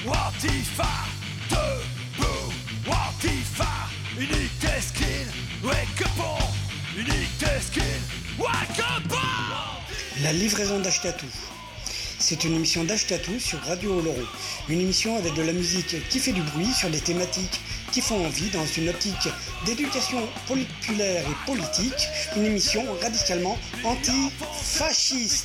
Wantifa, debout, Wantifa, unité skin, wake up, unité skin, wake up. La livraison d'Ashkatou. C'est une émission d'Ashkatou sur Radio Oloron. Une émission avec de la musique qui fait du bruit sur des thématiques qui font envie dans une optique d'éducation populaire et politique. Une émission radicalement antifasciste.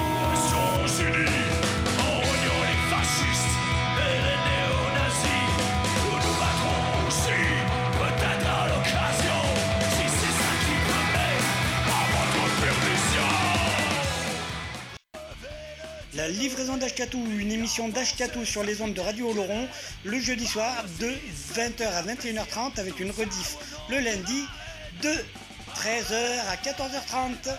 La livraison d'Ashkatou, une émission d'Ashkatou sur les ondes de Radio Oloron, le jeudi soir de 20h à 21h30 avec une rediff le lundi de 13h à 14h30.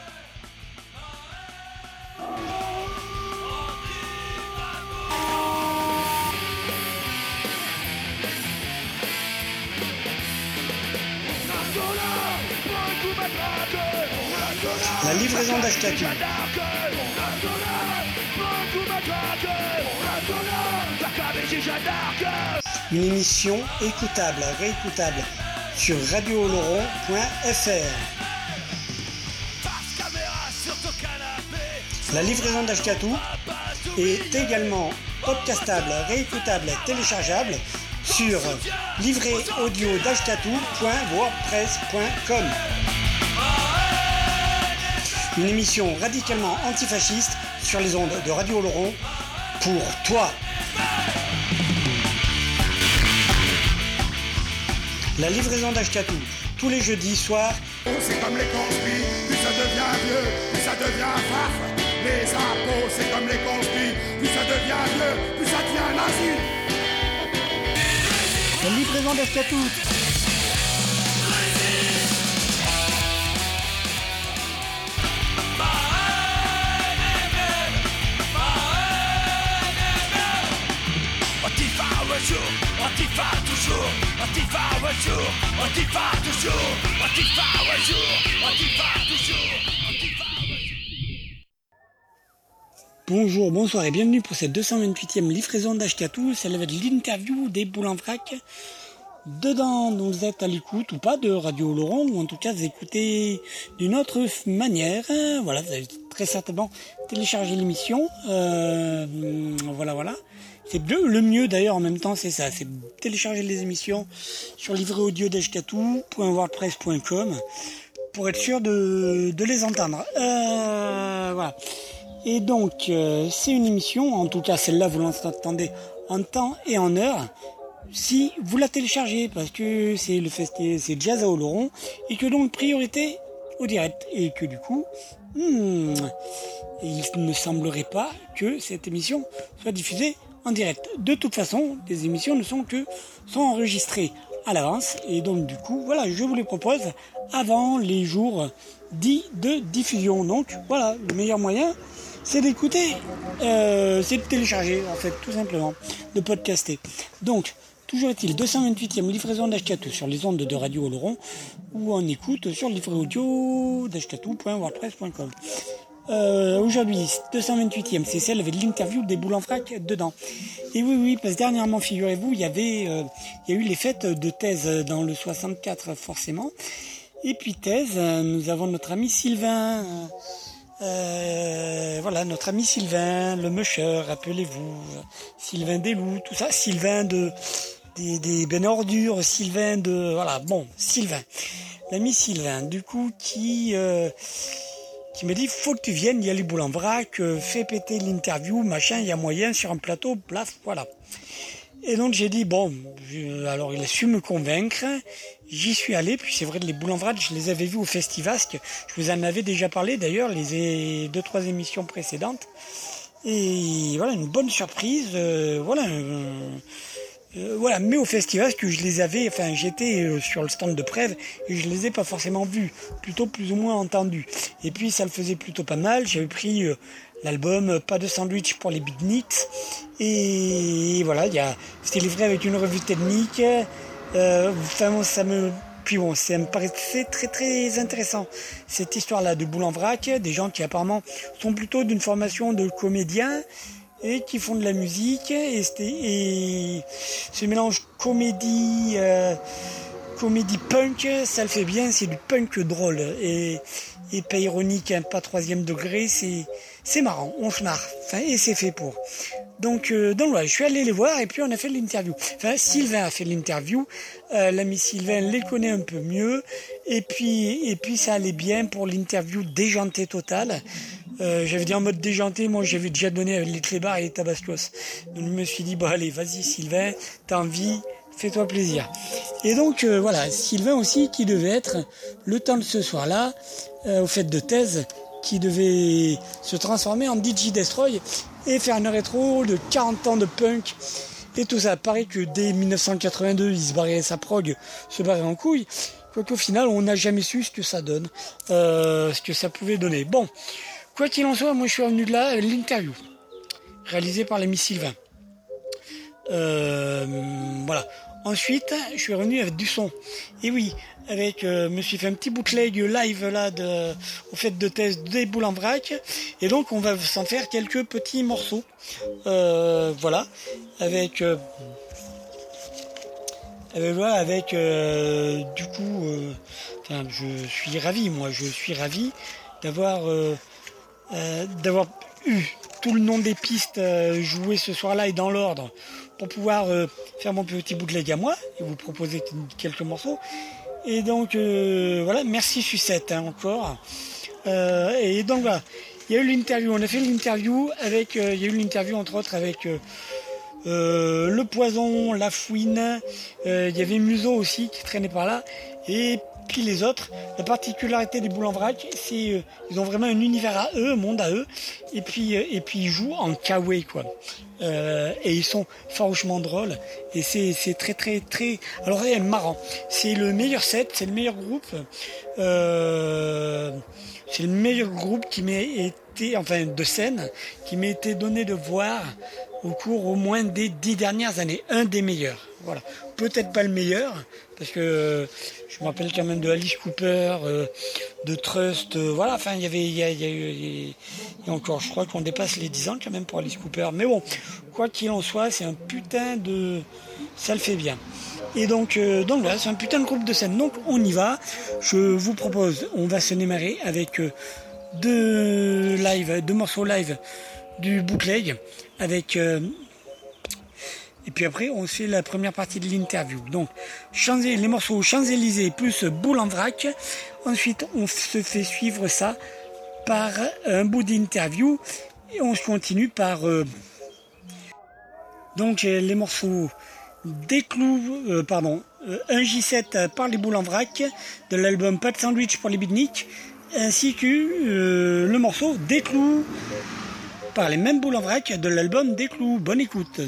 La livraison d'Ashkatou. Une émission écoutable, réécoutable sur radiooloron.fr. La livraison d'Ashkatou est également podcastable, réécoutable, téléchargeable sur livréaudio-d'ashkatou.wordpress.com. Une émission radicalement antifasciste sur les ondes de Radio Oloron pour toi. La livraison d'Ashkatou, tous les jeudis soirs. C'est comme les conspires, plus ça devient vieux, plus ça devient farce. Les impôts, c'est comme les conspires, plus ça devient vieux, plus ça devient nazi. La livraison d'Ashkatou. Antifa toujours, Antifa un jour, Antifa toujours, Antifa un jour, Antifa toujours, Antifa un jour. Bonjour, bonsoir et bienvenue pour cette 228e livraison d'Ashkatou, celle avec l'interview des boules en vrac. Dedans, donc vous êtes à l'écoute ou pas de Radio Oloron, ou en tout cas vous écoutez d'une autre manière. Voilà, vous avez très certainement téléchargé l'émission. Voilà. C'est le mieux d'ailleurs en même temps, c'est ça, c'est télécharger les émissions sur livréaudio-d'ashkatou.wordpress.com pour être sûr de les entendre. Voilà. Et donc c'est une émission, en tout cas celle-là vous l'entendez en temps et en heure, si vous la téléchargez, parce que c'est c'est Jazz à Oloron, et que donc priorité au direct, et que du coup, il ne semblerait pas que cette émission soit diffusée en direct. De toute façon, les émissions sont enregistrées à l'avance, et donc du coup, voilà, je vous les propose avant les jours dits de diffusion. Donc voilà, le meilleur moyen, c'est d'écouter, c'est de télécharger, en fait, tout simplement, de podcaster. Donc, toujours est-il, 228e livraison d'Ashkatou sur les ondes de Radio Oloron, ou en écoute sur livréaudio-d'ashkatou.wordpress.com. Aujourd'hui, 228e, c'est celle avec l'interview des boules en vrac dedans. Et oui, parce que dernièrement, figurez-vous, il y a eu les fêtes de Thèse dans le 64, forcément. Et puis Thèse, nous avons notre ami Sylvain, notre ami Sylvain, le musher, rappelez-vous, Sylvain des loups, tout ça, Sylvain des bennes ordures, Sylvain Sylvain, l'ami Sylvain, du coup, qui me dit, faut que tu viennes, il y a les boules en vrac, fais péter l'interview, machin, il y a moyen sur un plateau, blaf, voilà. Et donc j'ai dit, alors il a su me convaincre, j'y suis allé, puis c'est vrai que les boules en vrac, je les avais vus au Festivasque, je vous en avais déjà parlé d'ailleurs, les 2-3 émissions précédentes, et voilà, une bonne surprise, mais au festival, que je les avais, j'étais sur le stand de Prèves et je les ai pas forcément vus, plutôt plus ou moins entendus. Et puis ça le faisait plutôt pas mal. J'avais pris l'album Pas de sandwich pour les beatniks et voilà, c'était livré avec une revue technique. Ça me paraissait très très intéressant cette histoire-là de boule en vrac, des gens qui apparemment sont plutôt d'une formation de comédiens. et qui font de la musique et ce mélange comédie punk, ça le fait bien, c'est du punk drôle et pas ironique, hein, pas troisième degré, c'est marrant, on se marre, et c'est fait pour. Donc voilà, je suis allé les voir et puis on a fait l'interview. Enfin, Sylvain a fait l'interview, l'ami Sylvain les connaît un peu mieux, et puis ça allait bien pour l'interview déjantée totale. J'avais dit en mode déjanté, moi j'avais déjà donné les clébards et les tabascos. Donc je me suis dit, allez, vas-y Sylvain, t'as envie, fais-toi plaisir. Et donc voilà, Sylvain aussi qui devait être, le temps de ce soir-là, au fait de thèse, qui devait se transformer en DJ Destroy et faire une rétro de 40 ans de punk et tout ça. Pareil que dès 1982, il se barrait sa prog, se barrait en couille. Quoiqu'au final, on n'a jamais su ce que ça donne, ce que ça pouvait donner. Bon, quoi qu'il en soit, moi je suis revenu de là, l'interview, réalisée par l'ami Sylvain. Voilà. Ensuite, je suis revenu avec du son. Et oui, me suis fait un petit bootleg live là au fait de thèse des boules en vrac. Et donc on va s'en faire quelques petits morceaux. Voilà. Du coup, je suis ravi d'avoir eu tout le nom des pistes jouées ce soir-là et dans l'ordre pour pouvoir faire mon petit bootleg à moi et vous proposer quelques morceaux. Et donc voilà, merci Sucette encore. Et donc voilà, il y a eu l'interview, on a fait l'interview avec, il y a eu l'interview entre autres avec le Poison, la Fouine, il y avait Museau aussi qui traînait par là, et puis les autres. La particularité des boules en vrac, c'est ils ont vraiment un univers à eux, un monde à eux, et puis ils jouent en kawaii quoi. Et ils sont farouchement drôles, et c'est très très très, alors c'est marrant. C'est le meilleur set, c'est le meilleur groupe, c'est le meilleur groupe qui m'ait été, enfin de scène, qui m'ait été donné de voir au cours au moins des 10 dernières années, un des meilleurs. Voilà, peut-être pas le meilleur, parce que je me rappelle quand même de Alice Cooper, de Trust, voilà, enfin il y a encore, je crois qu'on dépasse les 10 ans quand même pour Alice Cooper, mais bon, quoi qu'il en soit, c'est un putain de, ça le fait bien. Et donc voilà, c'est un putain de groupe de scène, donc on y va. Je vous propose, on va se démarrer avec deux morceaux live du bootleg, avec et puis après on fait la première partie de l'interview. Donc les morceaux Champs-Élysées plus Boule en vrac. Ensuite on se fait suivre ça par un bout d'interview et on se continue par donc les morceaux des clous, un J7 par les boules en vrac de l'album Pas de sandwich pour les beatniks, ainsi que le morceau des clous par les mêmes boules en vrac de l'album des clous. Bonne écoute.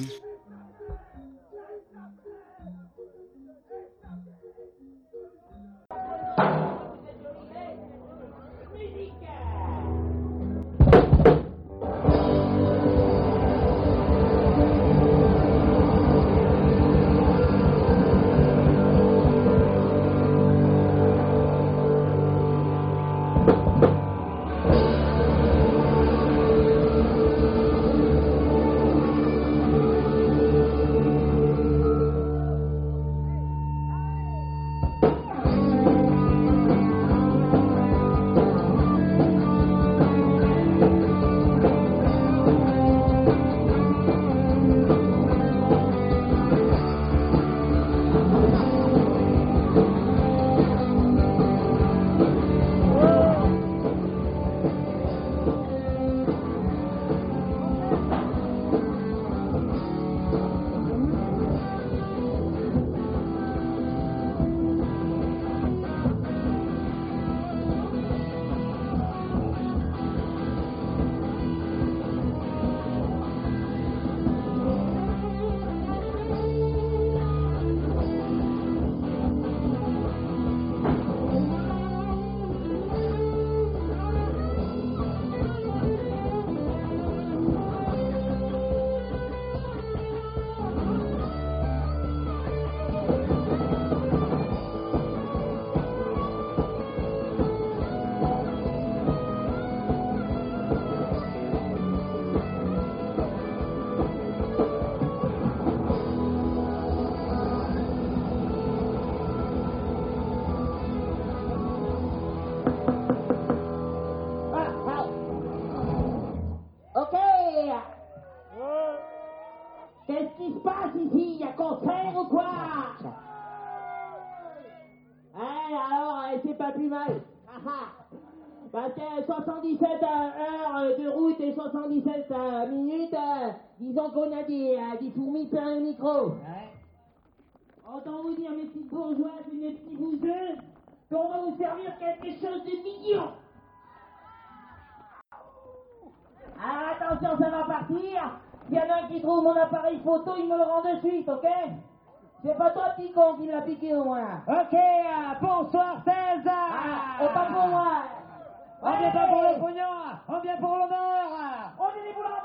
Qu'est-ce qui se passe ici? Y a concert ou quoi? Alors, c'est pas plus mal. Parce que 77 heures de route et 77 minutes, disons qu'on a des fourmis plein le micro. Autant vous dire, mes petites bourgeoises et mes petits bouseux, qu'on va vous servir quelque chose de mignon. Alors attention, ça va partir. S'il y en a un qui trouve mon appareil photo, il me le rend de suite, ok? C'est pas toi, petit con, qui me l'a piqué au moins. Ok, bonsoir César. Autant pour moi. On vient pas pour le pognon, on vient pour l'honneur. On est des boulangers.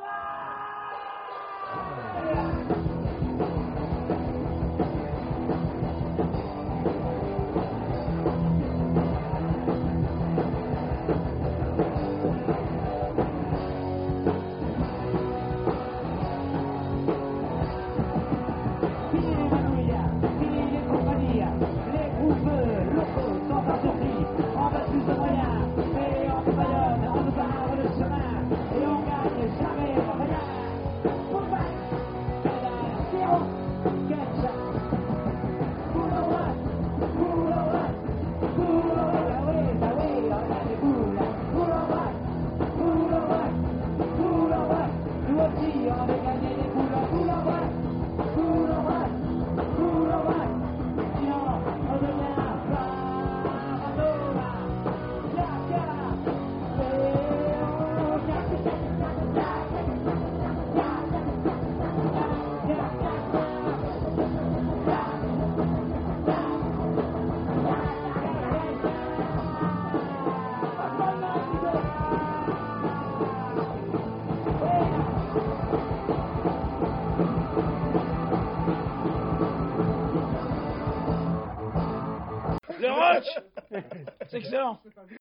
C'est excellent.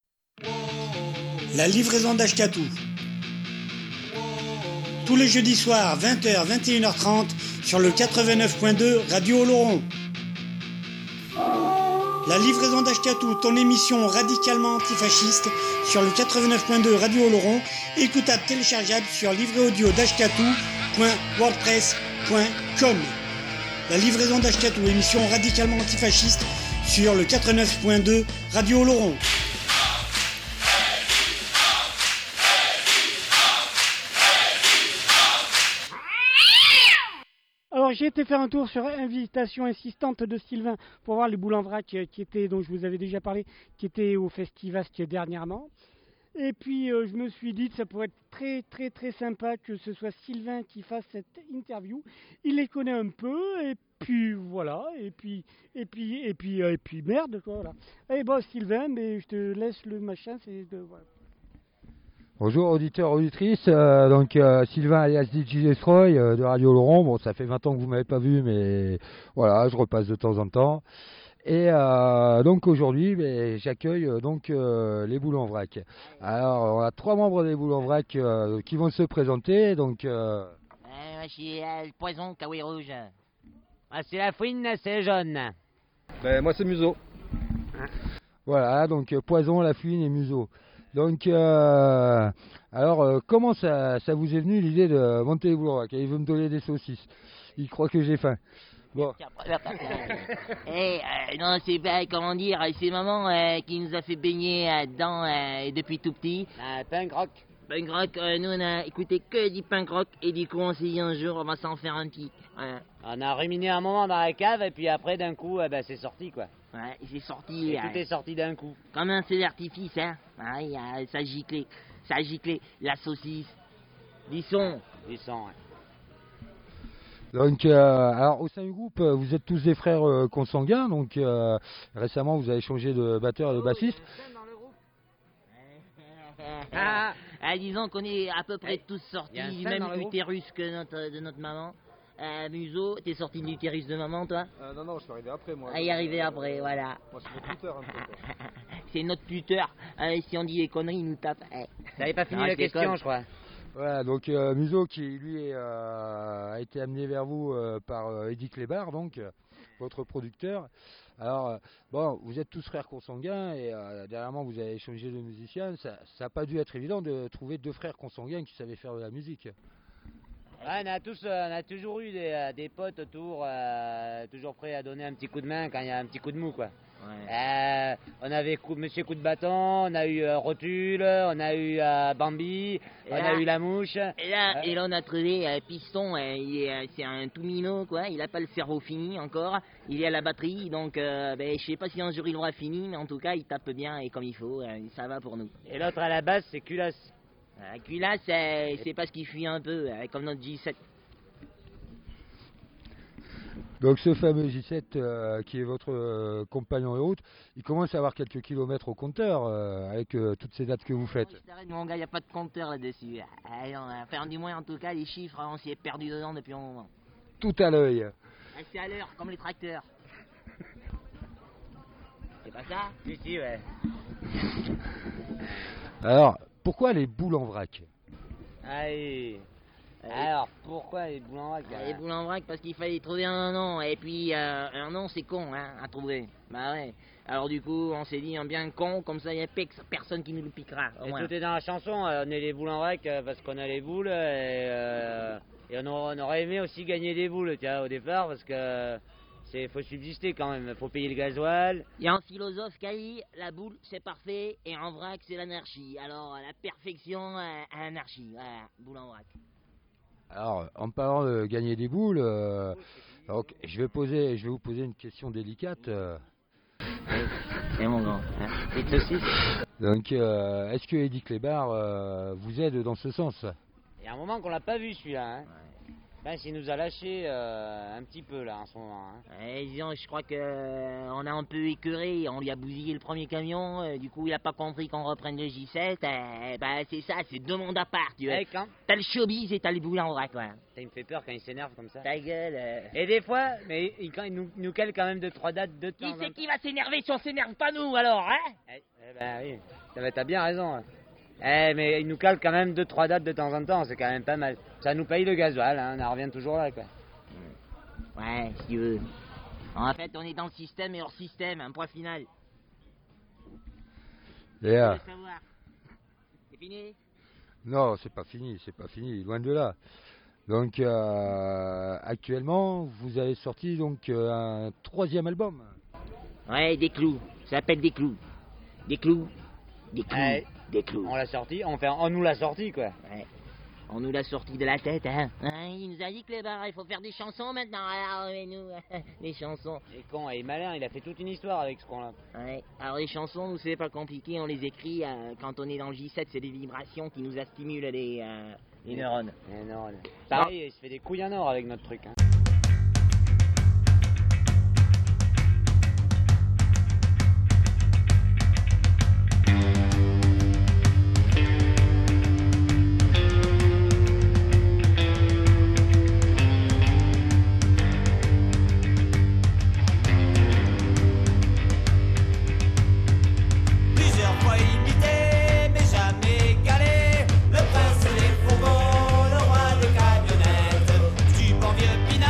La livraison d'Ashkatou. Tous les jeudis soirs, 20h, 21h30, sur le 89.2 Radio Oloron. La livraison d'Ashkatou, ton émission radicalement antifasciste, sur le 89.2 Radio Oloron, écoutable téléchargeable sur livréaudio.wordpress.com. La livraison d'Ashkatou, émission radicalement antifasciste, sur le 89.2 Radio Oloron. Alors j'ai été faire un tour sur invitation insistante de Sylvain pour voir les boules en vrac qui étaient, dont je vous avais déjà parlé, qui étaient au Festivasque dernièrement. Et puis je me suis dit que ça pourrait être très très très sympa que ce soit Sylvain qui fasse cette interview. Il les connaît un peu et puis voilà, et puis merde quoi, voilà. Et bon Sylvain, mais je te laisse le machin, voilà. Bonjour auditeurs, auditrices, Sylvain alias DJ Destroy de Radio Oloron. Bon, ça fait 20 ans que vous m'avez pas vu, mais voilà, je repasse de temps en temps. Et donc aujourd'hui, j'accueille les boules en vrac. Alors, on a 3 membres des boules en vrac qui vont se présenter. Donc, moi, je suis le poison, kawaii rouge. Moi, c'est la fouine, c'est jaune. Moi, c'est Museau. Voilà, donc Poison, La Fouine et Museau. Donc, comment ça vous est venu l'idée de monter les boules en vrac? Il veut me donner des saucisses. Il croit que j'ai faim. Bon. Non, c'est pas, comment dire, c'est maman qui nous a fait baigner dedans depuis tout petit. Punk rock. Punk rock, nous on a écouté que du punk rock et du coup on s'est dit un jour on va s'en faire un petit. Voilà. On a ruminé un moment dans la cave et puis après d'un coup c'est sorti quoi. Ouais, c'est sorti. Et tout est sorti d'un coup. Comme un feu d'artifice, hein. Ouais, ça giclait. Ça giclait. La saucisse. Du son. Du son, ouais. Donc, alors au sein du groupe, vous êtes tous des frères consanguins. Donc, récemment, vous avez changé de batteur et de bassiste. Disons qu'on est à peu près tous sortis du même utérus que de notre maman. Museau, t'es sorti de l'utérus de maman, toi? Non, je suis arrivé après, moi. Il est arrivé après, voilà. Moi, c'est notre tuteur, un peu, quoi. C'est notre tuteur. Si on dit des conneries, il nous tape. T'avais pas fini la question, je crois. Voilà, donc Museau qui lui a été amené vers vous par Eddy Clébar, donc votre producteur. Alors vous êtes tous frères consanguins et dernièrement vous avez changé de musicien. Ça n'a pas dû être évident de trouver 2 frères consanguins qui savaient faire de la musique. Ouais, on a toujours eu des potes autour, toujours prêts à donner un petit coup de main quand il y a un petit coup de mou, quoi. Ouais. On avait Monsieur Coup de Bâton, on a eu Rotule, on a eu Bambi, a eu la mouche. Et là, on a trouvé Piston, c'est un tout minot, quoi. Il a pas le cerveau fini encore, il est à la batterie, donc je sais pas si un jour il aura fini, mais en tout cas il tape bien et comme il faut, ça va pour nous. Et l'autre à la base, c'est Culasse. Culasse, c'est parce qu'il fuit un peu, comme notre J7. Donc ce fameux J7 qui est votre compagnon de route, il commence à avoir quelques kilomètres au compteur avec toutes ces dates que vous faites. Je t'arrête mon gars, il n'y a pas de compteur là-dessus. Enfin du moins en tout cas les chiffres, on s'y est perdu dedans depuis un moment. Tout à l'œil. C'est à l'heure, comme les tracteurs. C'est pas ça? Si, ouais. Alors, pourquoi les boules en vrac? Allez. Alors, pourquoi les boules en vrac? Les boules en vrac parce qu'il fallait trouver un nom, et puis un nom c'est con à trouver. Bah ouais. Alors du coup, on s'est dit un bien con, comme ça il n'y a personne qui nous le piquera. Et tout est dans la chanson, on est les boules en vrac parce qu'on a les boules, et on aurait aimé aussi gagner des boules, tu vois, au départ, parce que faut subsister quand même, faut payer le gasoil. Il y a un philosophe qui a dit, la boule c'est parfait, et en vrac c'est l'anarchie. Alors la perfection, anarchie, voilà, boule en vrac. Alors, en parlant de gagner des boules, donc, je vais vous poser une question délicate. C'est mon grand, c'est ceci. Donc, est-ce que Eddie Clébar vous aide dans ce sens? Il y a un moment qu'on l'a pas vu celui-là, hein. Ben, il nous a lâché un petit peu là en ce moment. Hein. Disons, je crois qu'on a un peu écœuré, on lui a bousillé le premier camion, du coup il a pas compris qu'on reprenne le J7, c'est ça, c'est deux mondes à part, tu vois. T'as le showbiz et t'as les boules en vrac, quoi. Ça, il me fait peur quand il s'énerve comme ça. Ta gueule. Et des fois, mais il nous cale quand même 2-3 dates de temps. Qui c'est qui va s'énerver si on s'énerve pas nous alors, hein? Ben oui, t'as bien raison. Hein. Mais il nous cale quand même 2-3 dates de temps en temps, c'est quand même pas mal. Ça nous paye le gasoil, hein, on en revient toujours là, quoi. Ouais, si tu veux. En fait, on est dans le système et hors système, un point final. Yeah. C'est fini? Non, c'est pas fini, loin de là. Donc, actuellement, vous avez sorti donc un 3e album. Ouais, des clous, ça s'appelle des clous. Des clous. Des clous. On l'a sorti, on nous l'a sorti, quoi. Ouais. On nous l'a sorti de la tête, hein. Il nous a dit que il faut faire des chansons maintenant. Alors, nous, les chansons. Il est con, il est malin, il a fait toute une histoire avec ce con-là. Ouais. Alors, les chansons, nous, c'est pas compliqué, on les écrit quand on est dans le J7, c'est des vibrations qui nous stimulent les neurones. Les neurones. Pareil, il se fait des couilles en or avec notre truc, hein. Le prince des fourgons, le roi des camionnettes, du bon vieux Pinard.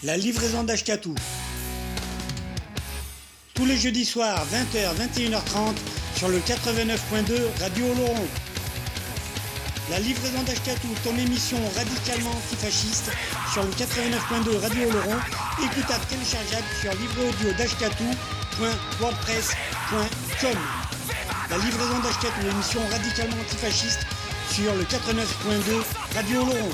La livraison d'Ashkatou. Tous les jeudis soirs, 20h, 21h30, sur le 89.2 Radio Oloron. La livraison d'Ashkatou, ton émission radicalement antifasciste, sur le 89.2 Radio Oloron, écoutable téléchargeable sur livreaudio.wordpress.com. La livraison d'Ashkatou, l'émission radicalement antifasciste, sur le 89.2 Radio Oloron.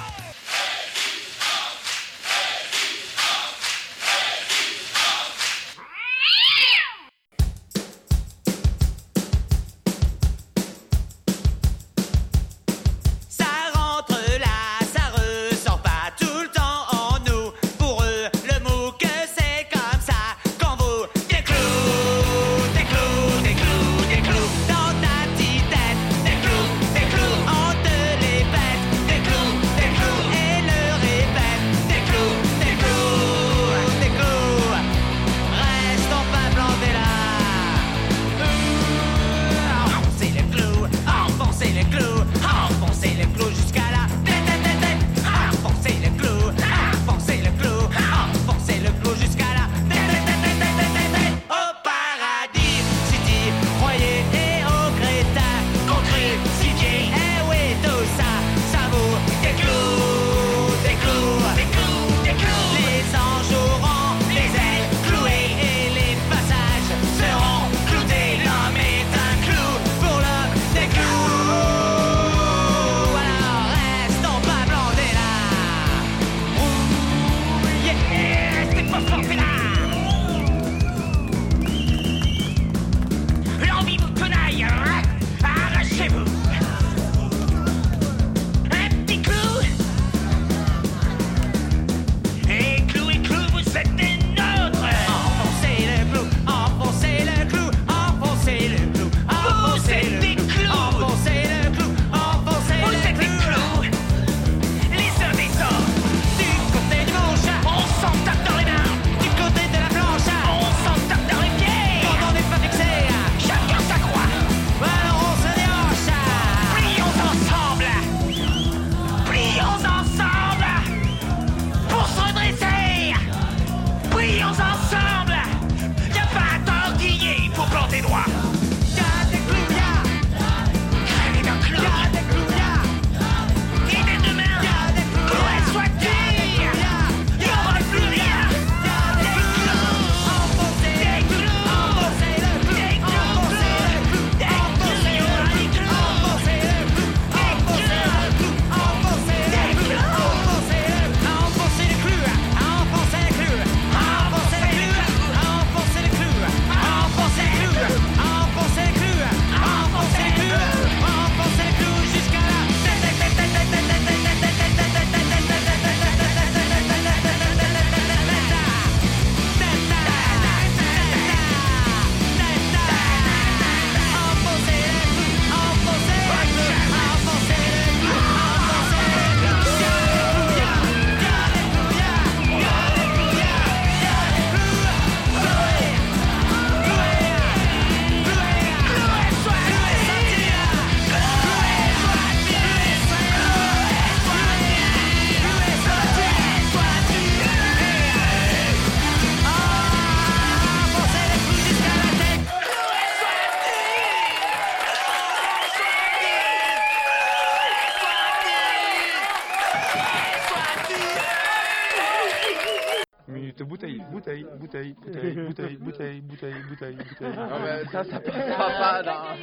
bouteille. Non mais ça passera pas dans...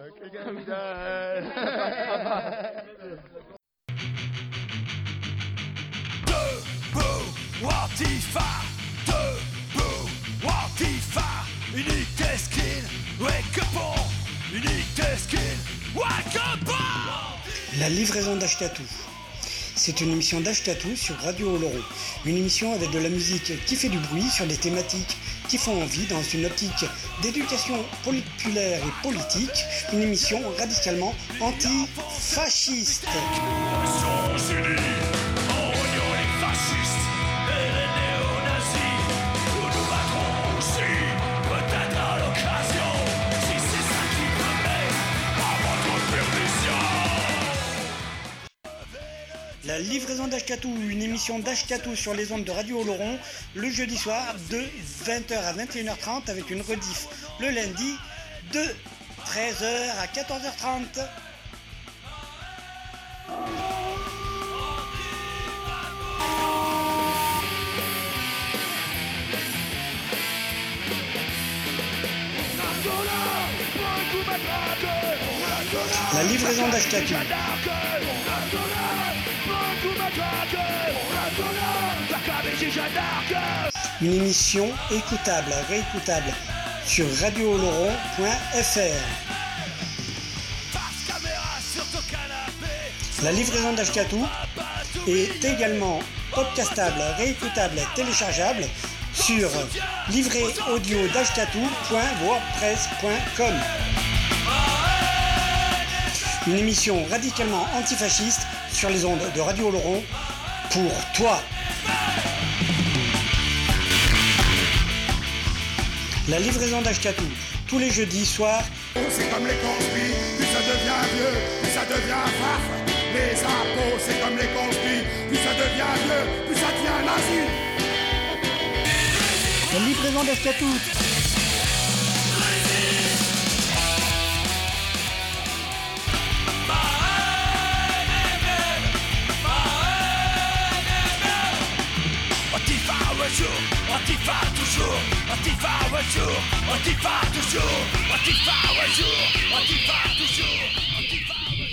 Debout, Antifa, debout, Antifa, unité skin, wake up on, unité skin, wake up on. La livraison d'Ashkatou. C'est une émission d'Ashkatou sur Radio Oloron. Une émission avec de la musique qui fait du bruit sur des thématiques qui font envie dans une optique d'éducation populaire et politique. Une émission radicalement antifasciste. Nations Unies, on les fascistes et les néo-nazis. Nous nous battrons aussi, peut-être à l'occasion, si c'est ça qui permet à votre perdition. La livraison d'Ashkatou, une émission d'Ashkatou sur les ondes de Radio Oloron, le jeudi soir de 20h à 21h30 avec une rediff le lundi de 13h à 14h30. La livraison d'Ashkatou. Une émission écoutable, réécoutable sur radiooloron.fr. La livraison d'Ashkatou est également podcastable, réécoutable, téléchargeable sur livréaudio-dashkatou.wordpress.com. Une émission radicalement antifasciste sur les ondes de Radio Oloron pour toi. La livraison d'Ashkatou, tous les jeudis soirs. C'est comme les conspires, plus ça devient vieux, plus ça devient farf. Les impôts, c'est comme les conspires, plus ça devient vieux, plus ça devient nazi. La livraison d'Ashkatou. Antifa toujours, Antifa un jour, Antifa toujours, Antifa un jour, Antifa toujours, Antifa un jour.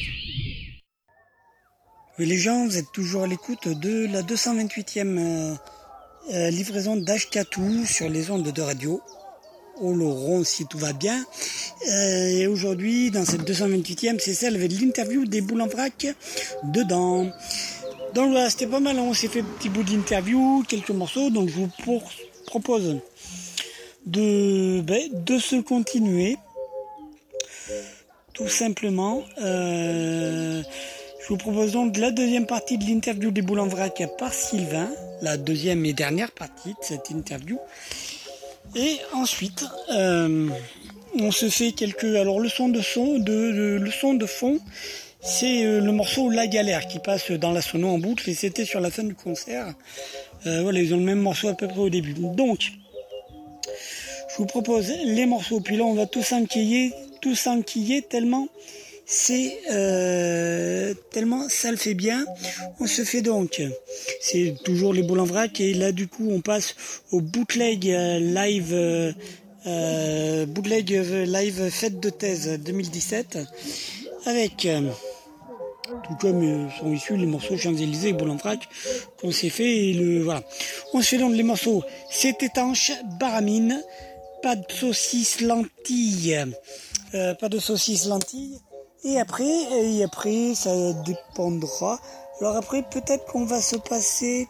Oui les gens, vous êtes toujours à l'écoute de la 228e livraison d'Ashkatou sur les ondes de Radio Oloron si tout va bien. Et aujourd'hui, dans cette 228e, c'est celle avec l'interview des Boules en vrac dedans. Donc voilà, c'était pas mal, on s'est fait un petit bout d'interview, quelques morceaux, donc je vous propose de se continuer, tout simplement. Je vous propose donc la deuxième partie de l'interview des Boules en vrac par Sylvain, la deuxième et dernière partie de cette interview. Et ensuite, on se fait alors le son de fond, c'est le morceau La Galère qui passe dans la sono en boucle et c'était sur la fin du concert. Voilà, ils ont le même morceau à peu près au début. Donc, je vous propose les morceaux. Puis là, on va tous enquiller tellement tellement ça le fait bien. On se fait donc, c'est toujours les Boules en vrac et là du coup on passe au bootleg live fête de thèse 2017 avec tout comme sont issus les morceaux Champs-Élysées et Boules en vrac qu'on s'est fait et voilà. On se fait donc les morceaux C'est étanche, Baramine, pas de saucisse lentille, et après ça dépendra. Alors après peut-être qu'on va se passer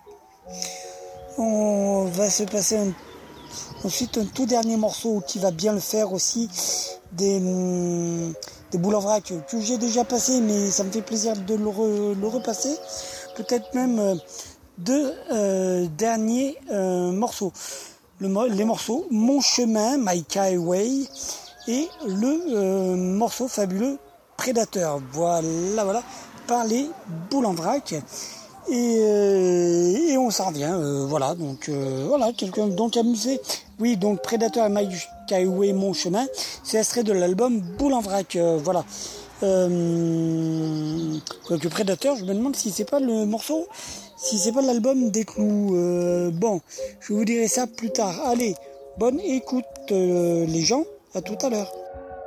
ensuite un tout dernier morceau qui va bien le faire aussi des Boules en vrac que j'ai déjà passé mais ça me fait plaisir de le repasser. Peut-être même deux derniers morceaux. Les morceaux Mon chemin, My Highway et le morceau fabuleux Prédateur. Voilà, par les Boules en vrac. Et on s'en revient. Voilà, donc voilà, quelqu'un donc amusé. Oui, donc Prédateur et My Highway, Mon chemin, c'est extrait de l'album Boules en vrac. Voilà. Quoique Prédateur, je me demande si c'est pas le morceau, si c'est pas l'album des Clous. Bon, je vous dirai ça plus tard. Allez, bonne écoute les gens, à tout à l'heure.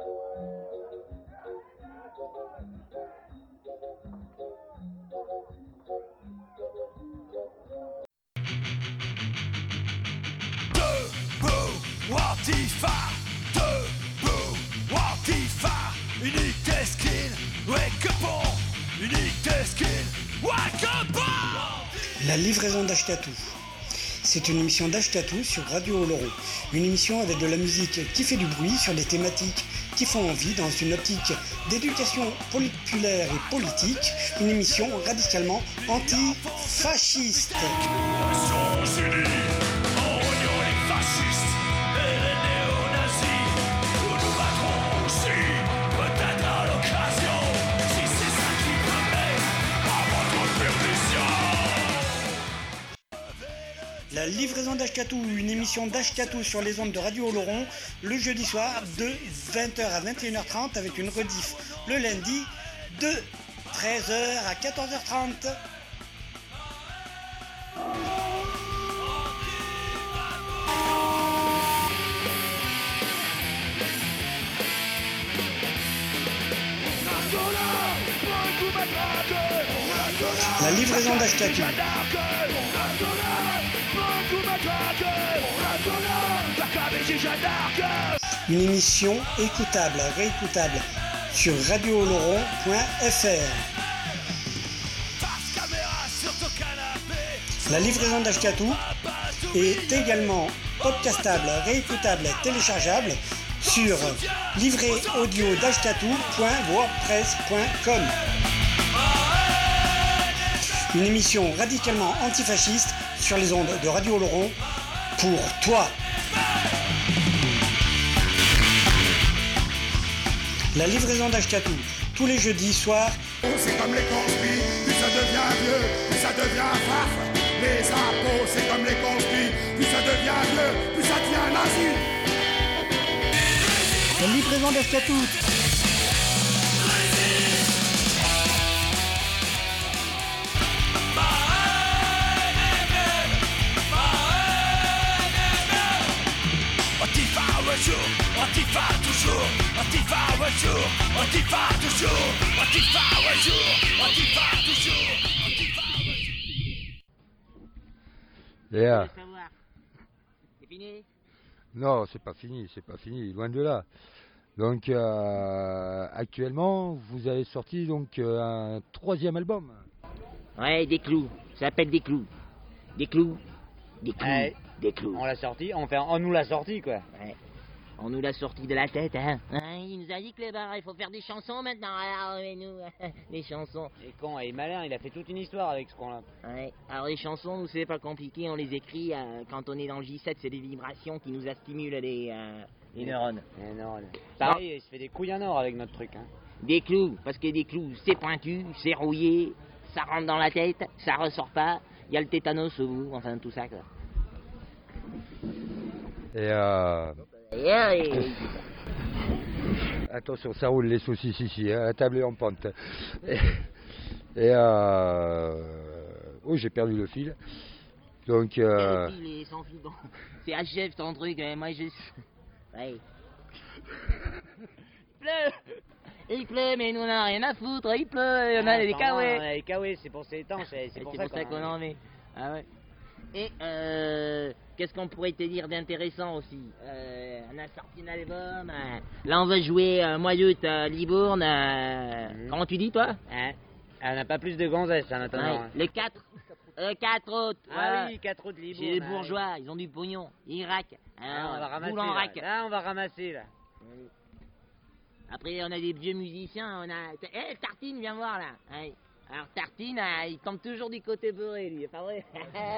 Antifa, debout, Antifa, unité skin, wake up on, unité skin, wake up on. La livraison d'Ashkatou. C'est une émission d'Ashkatou sur Radio Oloron. Une émission avec de la musique qui fait du bruit sur des thématiques qui font envie dans une optique d'éducation populaire et politique. Une émission radicalement antifasciste. Peut-être à l'occasion, si c'est ça qui permet, à votre permission. Livraison d'Ashkatou, une émission d'Ashkatou sur les ondes de Radio Oloron, le jeudi soir de 20h à 21h30 avec une rediff le lundi de 13h à 14h30. La livraison d'Ashkatou. Une émission écoutable, réécoutable sur radiooloron.fr. La livraison d'Ashkatou est également podcastable, réécoutable, téléchargeable sur livréaudio-dashkatou.wordpress.com. Une émission radicalement antifasciste sur les ondes de Radio Oloron pour toi. La livraison d'Ashkatou, tous les jeudis soirs. C'est comme les conspires, plus ça devient vieux, plus ça devient farf. Les impôts, c'est comme les conspires, plus ça devient vieux, plus ça devient nazi. La livraison d'Ashkatou. Antifa toujours, Antifa un jour, Antifa toujours, Antifa un jour, Antifa toujours, Antifa un jour. Yeah. C'est fini? Non, c'est pas fini, loin de là. Donc actuellement, vous avez sorti donc un 3e album. Ouais, des clous. Ça s'appelle des clous. Des clous. Des clous. Ouais. Des clous. On l'a sorti, on nous l'a sorti quoi. Ouais. On nous l'a sorti de la tête, hein. Il nous a dit que les bars, il faut faire des chansons maintenant. Alors, mais nous, les chansons. Et con, il est malin, il a fait toute une histoire avec ce con-là. Ouais. Alors les chansons, nous c'est pas compliqué, on les écrit quand on est dans le J7, c'est des vibrations qui nous stimulent les neurones. Les neurones. Pareil, il se fait des couilles en or avec notre truc, hein. Des clous, parce que des clous, c'est pointu, c'est rouillé, ça rentre dans la tête, ça ressort pas, il y a le tétanos au bout, enfin tout ça quoi. Et attention, ça roule les saucisses ici, hein, la table est en pente. Oui, j'ai perdu le fil. Donc Le fil est sans fil, bon. C'est HF ton truc, moi je... Ouais. Il pleut, mais nous on a rien à foutre, il pleut, on a des kawaii. On a des kawaii, c'est pour ces étanches, c'est pour ça qu'on en met. Ah ouais. Et qu'est-ce qu'on pourrait te dire d'intéressant aussi? On a sorti un album. Là, on va jouer mois d'août à Libourne. Comment tu dis, toi? On n'a pas plus de gonzesses en attendant. Ouais, les 4 autres. Ah oui, 4 autres Libourne. Chez les bourgeois, ils ont du pognon. Ils raquent. On va ramasser. Là, on va ramasser là. Après, on a des vieux musiciens. On a. Tartine, viens voir là. Ouais. Alors Tartine, il tombe toujours du côté beurré, lui, c'est pas vrai?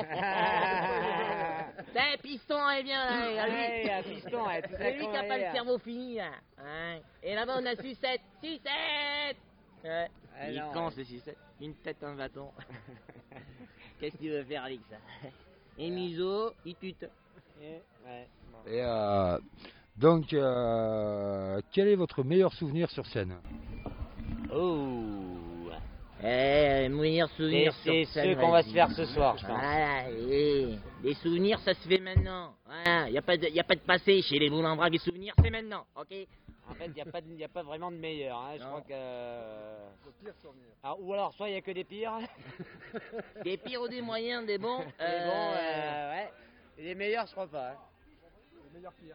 T'as un piston, il vient là, lui. Ouais, un piston, ouais, tout ça. C'est lui qui a pas le cerveau fini, là. Ouais. Et là-bas, on a Sucette. Sucette! Ouais. Il est con, ce Sucette. Une tête, un bâton. Qu'est-ce que tu veux faire avec ça? Et Museau, il tute. Ouais. Et donc, quel est votre meilleur souvenir sur scène? Oh! Meilleur souvenir c'est ceux qu'on va se faire ce soir, je pense. Voilà, les souvenirs, ça se fait maintenant. Voilà, y a pas de passé chez les boules en vrac. Les souvenirs, c'est maintenant, ok? En fait, y a pas vraiment de meilleur, hein. Je crois que... Le pire souvenir. Ou alors, soit il y a que des pires. Des pires ou des moyens, des bons. Des bons, ouais. Et les meilleurs, je crois pas. Hein. Les meilleurs pires.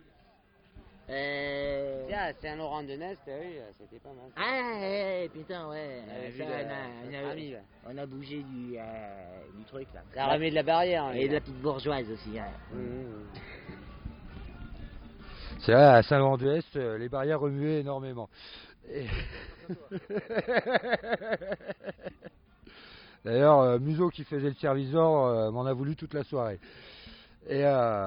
Tiens, Saint-Laurent de Nest, oui, c'était pas mal. Ah, putain, ouais. On a bougé du truc, là. La remis de la barrière. Et de la petite bourgeoise aussi, hein. C'est vrai, à Saint-Laurent-de-Est, les barrières remuaient énormément. D'ailleurs, Museau qui faisait le service-d'or m'en a voulu toute la soirée. Et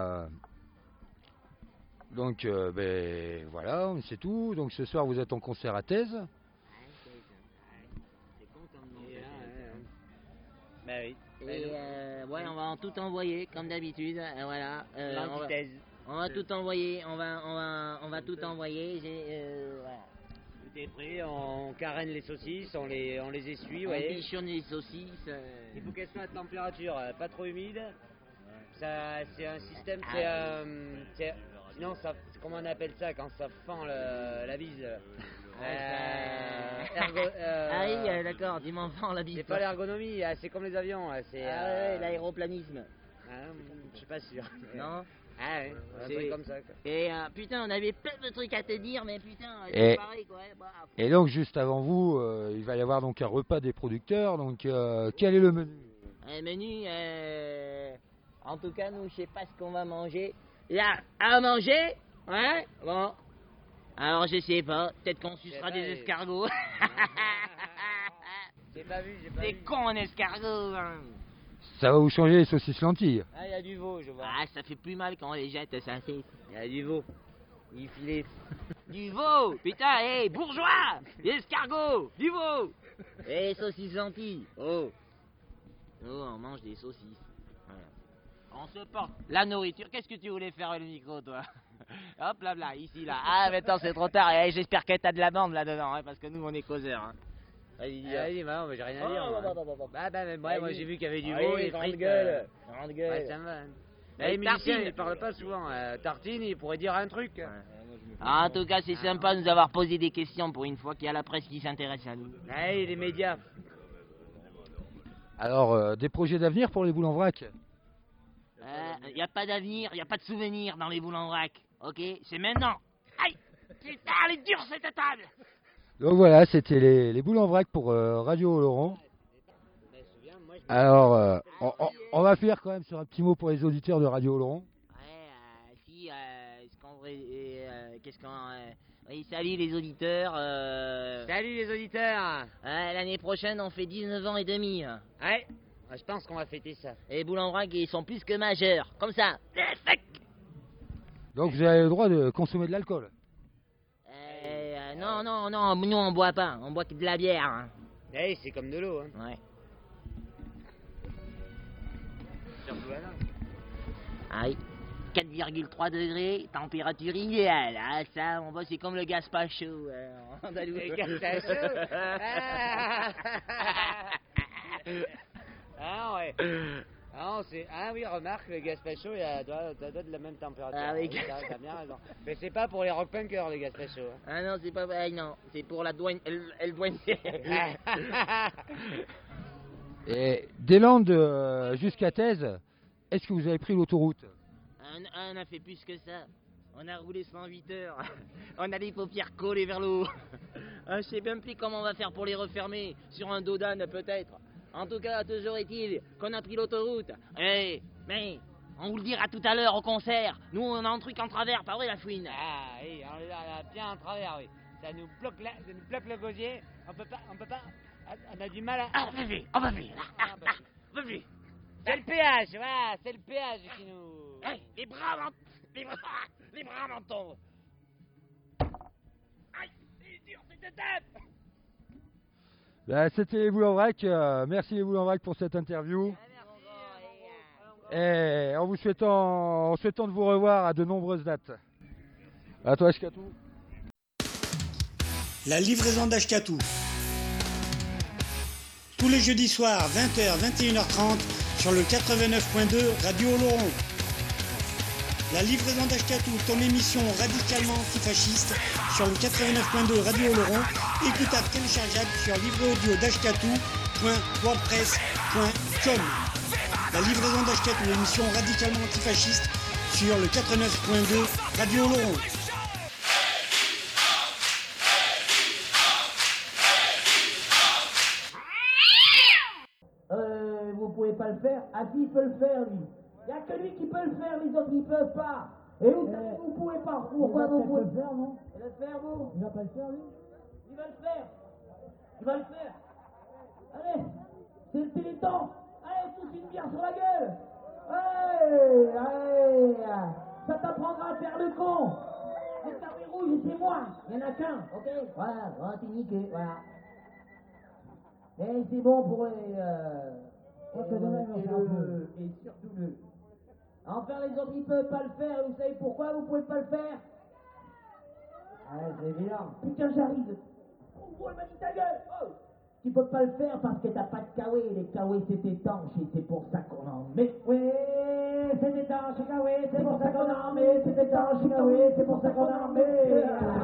donc, voilà, c'est tout. Donc ce soir, vous êtes en concert à Thèse. Bah oui. Et ouais, on va en tout envoyer, comme d'habitude. Voilà. L'antithèse. On va tout envoyer. On va tout envoyer. Voilà. Tout est prêt, on carène les saucisses, on les essuie, On voyez. bichonne les saucisses. Il faut qu'elles soient à température pas trop humide. Ça, c'est un système, sinon, comment on appelle ça quand ça fend la bise Ah oui, d'accord, tu m'en fends la bise. C'est pas l'ergonomie, c'est comme les avions. C'est ouais, l'aéroplanisme. Je suis pas sûr. Non. Ah ouais, un truc comme ça quoi. Et putain, on avait plein de trucs à te dire, mais putain, Et- c'est pareil quoi. Et donc juste avant vous, il va y avoir donc un repas des producteurs. Donc quel est le menu? Un menu, en tout cas, nous, je sais pas ce qu'on va manger. Là, à manger, ouais, bon. Alors, je sais pas, peut-être qu'on sucera des escargots. J'ai pas vu. C'est con, un escargot. Hein. Ça va vous changer les saucisses lentilles. Ah, il y a du veau, je vois. Ah, ça fait plus mal quand on les jette, ça c'est. Il y a du veau. Il filait. Du veau, putain, hé, bourgeois, des escargots, du veau. Hé, saucisses lentilles, oh. Oh, on mange des saucisses. Voilà. On se porte la nourriture. Qu'est-ce que tu voulais faire avec le micro, toi? Hop là, là, ici, là. Ah, maintenant c'est trop tard. Eh, j'espère que t'as de la bande là-dedans, hein, parce que nous, on est causeurs. Hein. Vas-y, dis. Vas-y, bah, j'ai rien à dire. Moi j'ai vu qu'il y avait du veau Allez, et grande frites. gueule. Grande gueule. Ouais, ça me va. Mais Les musiciens, tartine. ils parlent pas souvent. Tartine, ils pourraient dire un truc. Ah, en tout cas, c'est sympa de nous avoir posé des questions pour une fois qu'il y a la presse qui s'intéresse à nous. Allez, les médias. Alors des projets d'avenir pour les boules en vrac? Il n'y a pas d'avenir, il n'y a pas de souvenir dans les boules en vrac. Ok? C'est maintenant. Aïe! Putain, elle est dure cette table! Donc voilà, c'était les boules en vrac pour Radio Laurent. Alors on va finir quand même sur un petit mot pour les auditeurs de Radio Laurent. Ouais, si, qu'est-ce qu'on... oui, salut les auditeurs. Salut les auditeurs. L'année prochaine, on fait 19 ans et demi. Ouais, je pense qu'on va fêter ça. Et les boules en vrac, ils sont plus que majeurs. Comme ça. Donc vous avez le droit de consommer de l'alcool. Non, nous on boit pas. On boit que de la bière. Hein. Hey, c'est comme de l'eau. Hein. Ouais. Surtout là. Ah oui. 4,3 degrés, température idéale. Ah, ça, on voit, c'est comme le gazpacho en Andalouse. Le gazpacho. Ah ouais. Ah oui, remarque, le gazpacho, il doit de la même température. Ah oui, t'as bien raison. Mais c'est pas pour les rock punkers, le gazpacho. Hein. Ah non, c'est pas vrai, non. C'est pour la douane, elle douane. Et des Landes jusqu'à Thèse, est-ce que vous avez pris l'autoroute? On a fait plus que ça. On a roulé 108 heures. On a les paupières collées vers le haut. Je sais même plus comment on va faire pour les refermer. Sur un dos d'âne peut-être. En tout cas, toujours est-il qu'on a pris l'autoroute. Mais on vous le dira tout à l'heure au concert. Nous, on a un truc en travers, pas vrai la fouine? Ah oui, on a bien en travers, oui. Ça nous bloque le gosier. On peut pas. On a du mal à. On va plus. C'est le péage, voilà, c'est le péage qui nous. Hey, les bras m'en tombent. Aïe, c'est dur cette tête. Ben, c'était les boules en vrac. Merci les boules en vrac pour cette interview. Et en souhaitant de vous revoir à de nombreuses dates. À toi, Ashkatou. La livraison d'Ashkatou. Tous les jeudis soirs, 20h, 21h30, sur le 89.2 Radio Laurent. La livraison d'Ashkatou, ton émission radicalement antifasciste, sur le 89.2 Radio Laurent, écoutable téléchargeable sur livreaudio.wordpress.com. La livraison d'Ashkatou, l'émission radicalement antifasciste, sur le 89.2 Radio Laurent. Vous pouvez pas le faire? Ah si, il peut le faire, lui. Il n'y a que lui qui peut le faire, les autres, ils peuvent pas. Et vous savez, vous pouvez pas. Pourquoi vous pouvez le faire, non? Il va le faire, vous? Il va pas le faire, lui? Il va le faire. Il va le faire. Allez, c'est le téléthon. Allez, tous une bière sur la gueule. Allez. Ça t'apprendra à faire le con. Le carré rouge, c'est moi. Il y en a qu'un, ok? Voilà, t'es niqué, voilà. Et c'est bon pour les... Et surtout le. Enfin, les autres, ils peuvent pas le faire. Vous savez pourquoi vous pouvez pas le faire? C'est évident. Putain, j'arrive. Oh, elle m'a dit ta gueule. Oh. Tu peux pas le faire parce que t'as pas de kawé. Les kawé, c'est étanche et c'est pour ça qu'on en met. Oui, c'est étanche, kawé, c'est pour ça qu'on en met. C'est étanche, kawé, c'est pour ça qu'on en met.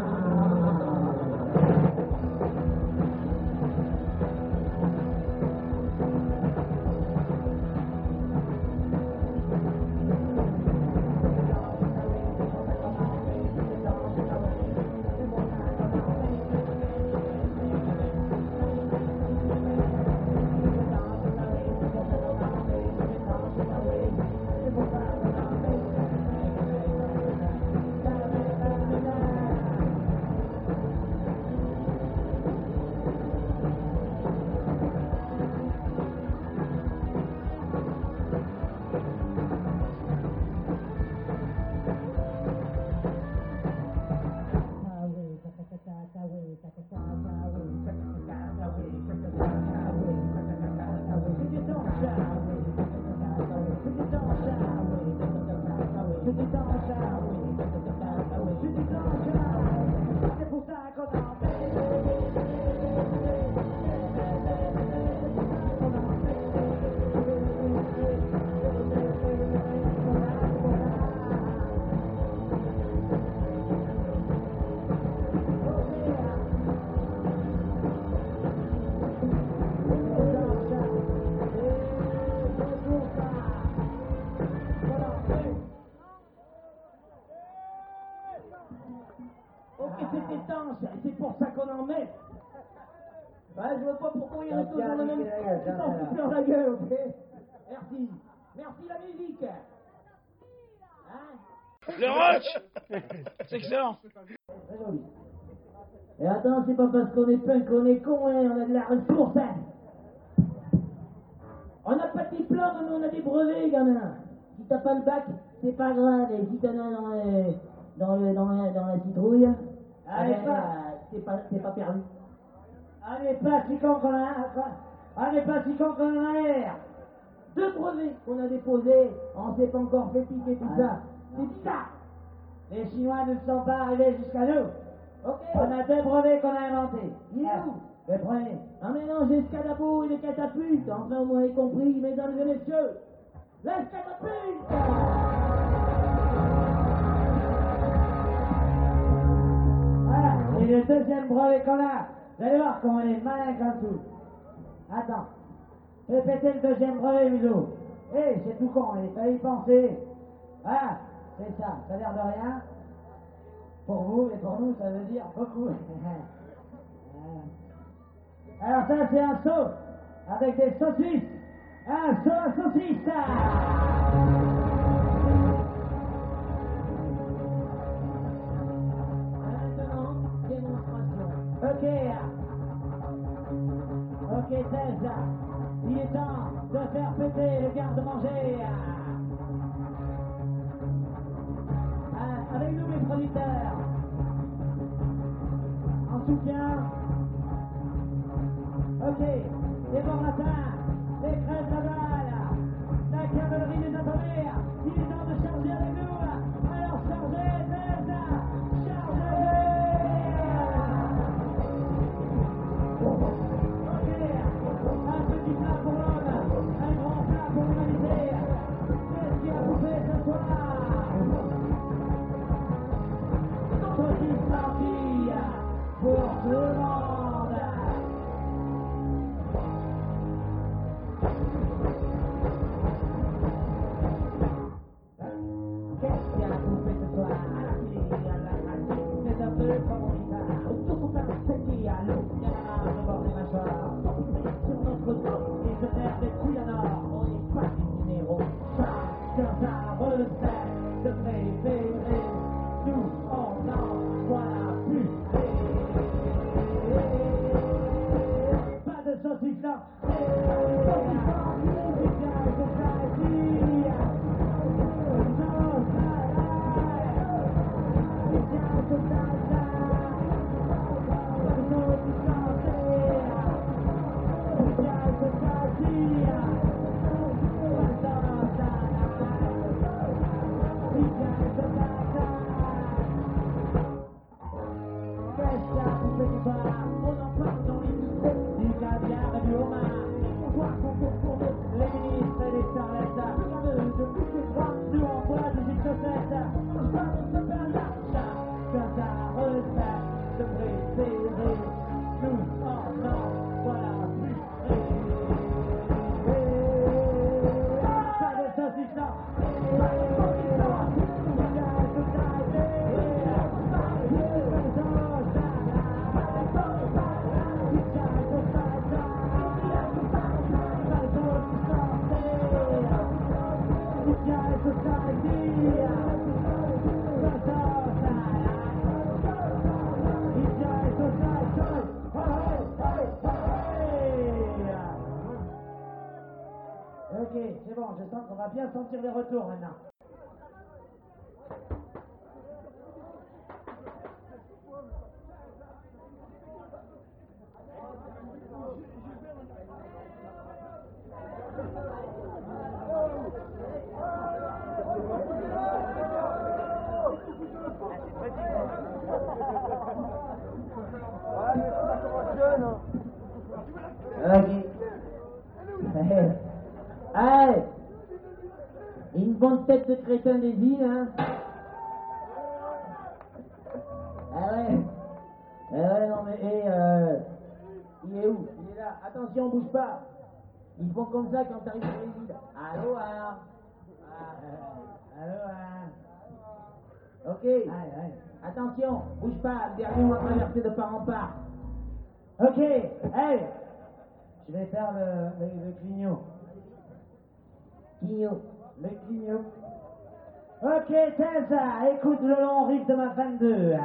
C'est pour ça qu'on en met. Je vois pas pourquoi il y en a toujours le même. Ils s'en foutent plein la gueule, ok? Merci. Merci la musique. Le rock. C'est excellent. Très joli. Et attends, c'est pas parce qu'on est punk qu'on est con, hein, on a de la ressource. Hein. On n'a pas de diplôme, mais on a des brevets, gamin. Si t'as pas le bac, c'est pas grave. Et si t'en as dans la citrouille, c'est pas perdu. Allez, pas si con qu'on a, allez, pas si con qu'on a l'air. 2 brevets qu'on a déposés, on s'est pas encore fait piquer tout ça. C'est bizarre. Les Chinois ne sont pas arrivés jusqu'à nous. Ok. On a 2 brevets qu'on a inventés. Il est où? Le premier. Un mélange d'escadabos et de catapultes. Enfin, vous m'avez compris, mesdames et messieurs. L'escadapulte! Voilà. Et le deuxième brevet qu'on a. Vous allez voir comment on est malin comme tout. Attends. Répétez le deuxième brevet, Museau. C'est tout con, il fallait y penser. Voilà. C'est ça. Ça a l'air de rien. Pour vous et pour nous, ça veut dire beaucoup. Alors ça, c'est un saut avec des saucisses. Un saut à saucisses. Maintenant, démonstration. Ok, 16. Il est temps de faire péter le garde-manger. Avec nous, les producteurs. En soutien. Ok, les bons matins, les crêpes navales, la cavalerie des atomiques. Il est temps de charger avec nous. Alors chargez, Delta, chargez. Ok, un petit plat pour l'homme, un grand plat pour l'humanité. Qu'est-ce qu'il y a à bouffer ce soir? Saucisse partie pour tout le monde. Qu'est-ce qu'il y a à bouffer ce soir? À la télé, à la radio, c'est un peu comme on y va. Tout un petit à l'eau, il y en a de bord des mâchoires. Sur notre dos, et se faire des couilles à nord. On n'est pas des numéros. Chacun sa recette de préféré. Nous, on en voilà plus. Pas de saucisse là. c'est bon, je sens qu'on va bien sentir les retours maintenant. Hey, une bonne tête de crétin des îles, hein. Ah ouais, non mais, il est où? Il est là. Attention, bouge pas. Ils font comme ça quand t'arrives sur les îles. Allô, hein. Allô, hein. Ok. Attention, bouge pas. Le dernier va traverser de part en part. Ok, hey. Je vais faire le clignot. Le clignot. Ok, Tessa, écoute le long riff de ma 22.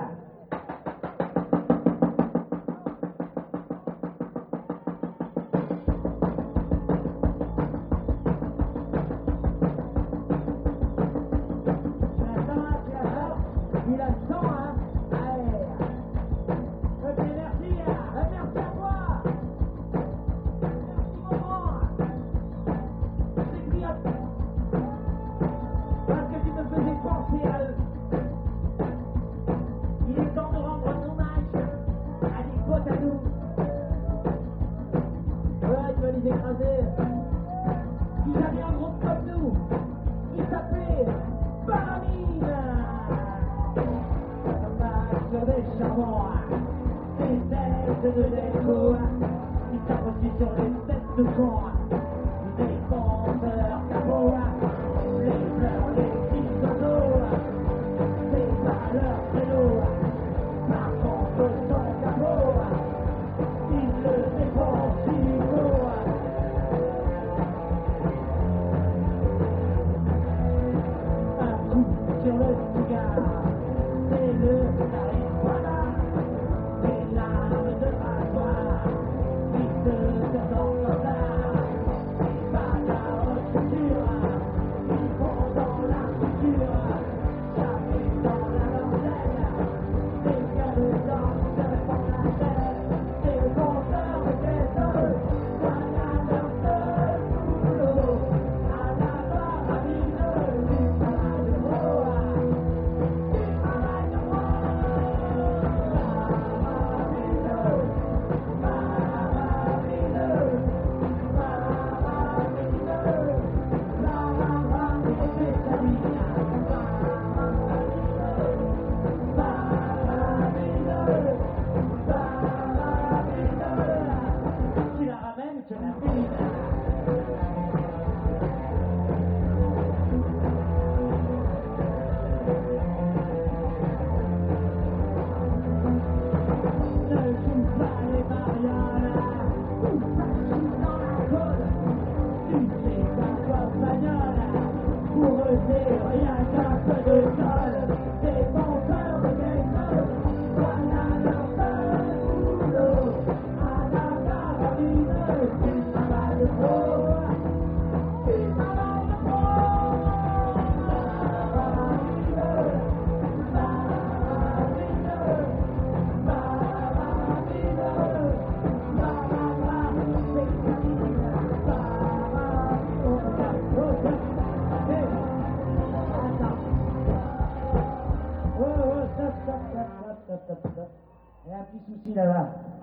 Il y a un petit souci là-bas.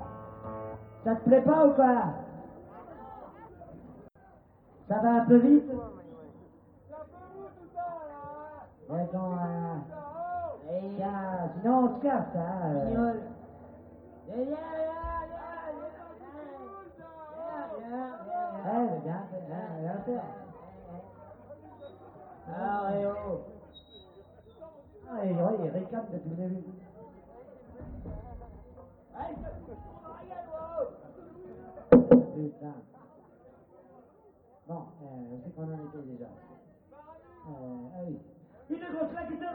Ça te plaît pas ou quoi? Ça va un peu vite? Attends, sinon on se casse, hein. Il ricane depuis le début. Putain. Bon, je sais qu'on en était déjà. Oui. Une grosse claque de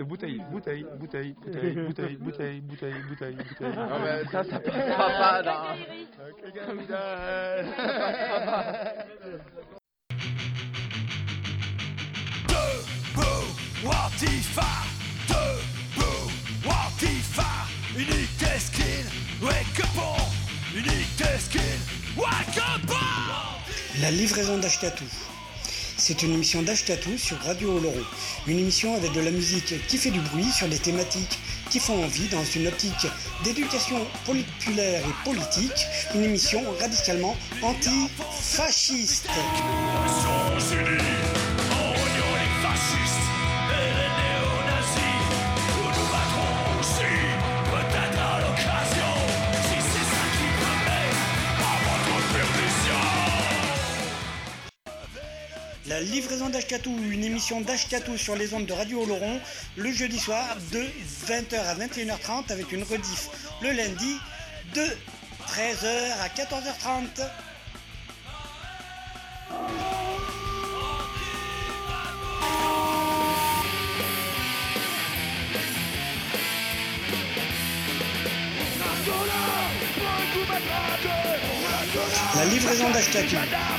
bouteille. Non mais ça passera pas dans... Debout, Antifa. Debout, Antifa. Unité skin, wake up on. Unité skin, wake up on. La livraison d'Ashkatou. C'est une émission d'Ashkatou sur Radio Oloron. Une émission avec de la musique qui fait du bruit sur des thématiques qui font envie dans une optique d'éducation populaire et politique. Une émission radicalement antifasciste. Nations Unies, en union les fascistes et les néo-nazis. Nous nous battrons aussi, peut-être à l'occasion, si c'est ça qui permet à votre perdition. La livraison d'Ashkatou, une émission d'Ashkatou sur les ondes de Radio Oloron, le jeudi soir de 20h à 21h30 avec une rediff le lundi de 13h à 14h30. La livraison d'Ashkatou.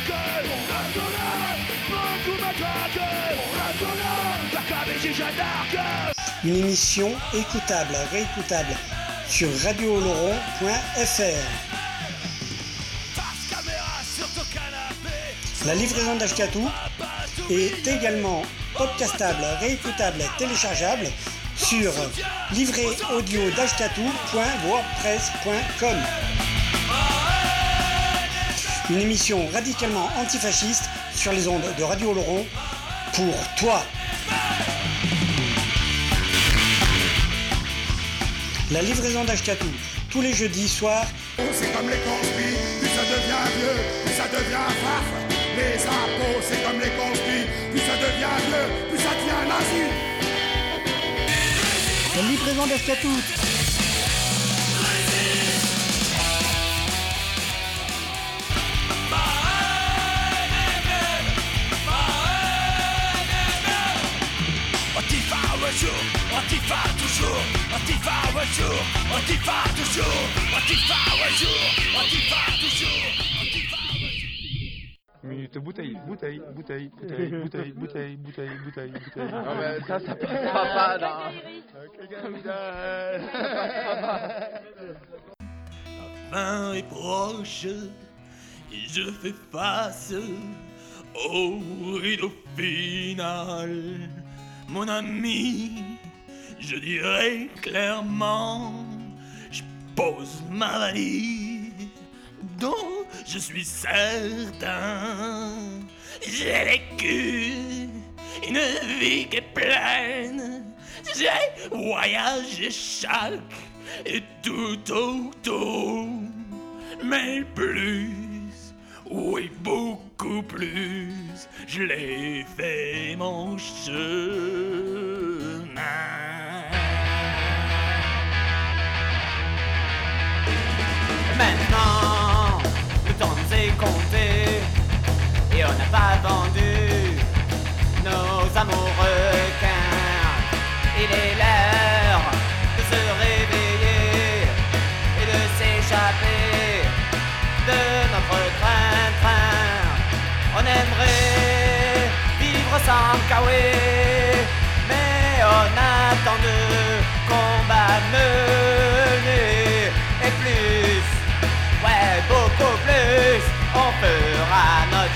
Une émission écoutable, réécoutable sur radiooloron.fr. La livraison d'Ashkatou est également podcastable, réécoutable, téléchargeable sur livréaudio.wordpress.com. Une émission radicalement antifasciste sur les ondes de Radio Oloron pour toi. La livraison d'Ashkatou, tous les jeudis soirs. C'est comme les conspis, plus ça devient vieux, plus ça devient farf. Les impôts, c'est comme les conspis, plus ça devient vieux, plus ça devient nazi. La livraison d'Ashkatou. Antifa toujours, Antifa un jour, Antifa toujours, Antifa un jour, Antifa toujours, Antifa un jour. Minute bouteille. Non mais ça passera pas dans... La fin est proche et je fais face au rideau final. Mon ami, je dirais clairement, je pose ma valise, dont je suis certain. J'ai vécu une vie qui est pleine, j'ai voyagé chaque et tout autour, mais plus, oui beaucoup plus, je l'ai fait mon chemin. Maintenant, le temps nous est compté et on n'a pas vendu nos amoureux requins. Il est l'heure de se réveiller et de s'échapper de notre train-train. On aimerait vivre sans kawaii, mais on a tant de combats menés et plus, ouais beaucoup plus, on fera notre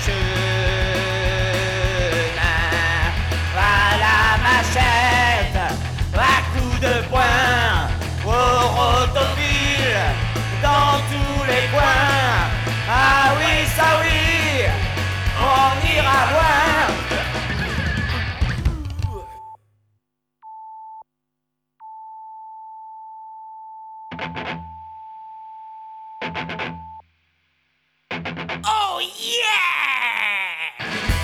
chemin. À la machette, à coups de poing, au rotopile, dans tous les coins. Ah oui, ça oui, on ira voir. Oh yeah!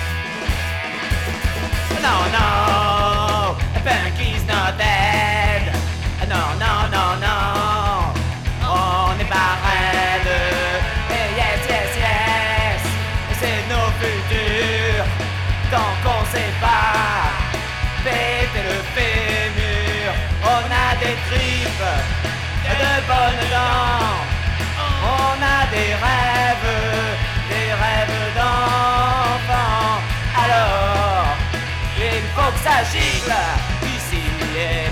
No, no, Punky's not dead. No, no, no, no, on n'est pas raide. Yes, yes, yes, c'est nos futurs. Tant qu'on sait pas péter le fémur. des tripes, de bonnes dents. On a des rêves d'enfants. Alors, il faut que ça gicle ici et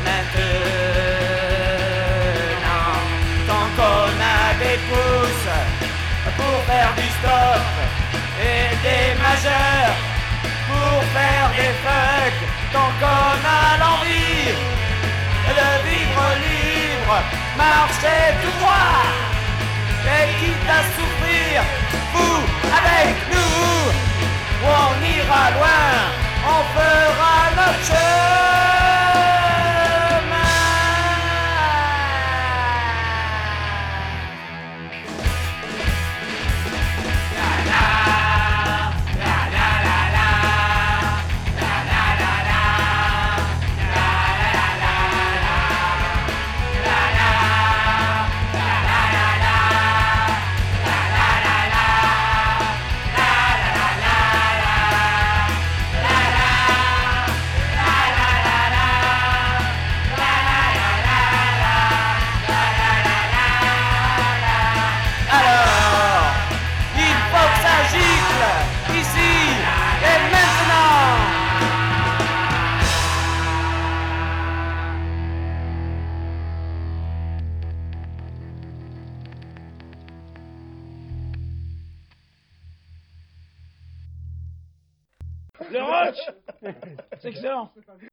maintenant. Tant qu'on a des pouces pour faire du stop et des majeurs pour faire des fucks. Tant qu'on a l'envie de vivre libre, marcher tout droit et quitte à souffrir, vous avec nous, on ira loin, on fera notre chemin. La la, la la la la, la la la la, la la la la, la la, la la la la. Alors, il faut que ça gicle, ici et maintenant. Le rock, c'est excellent.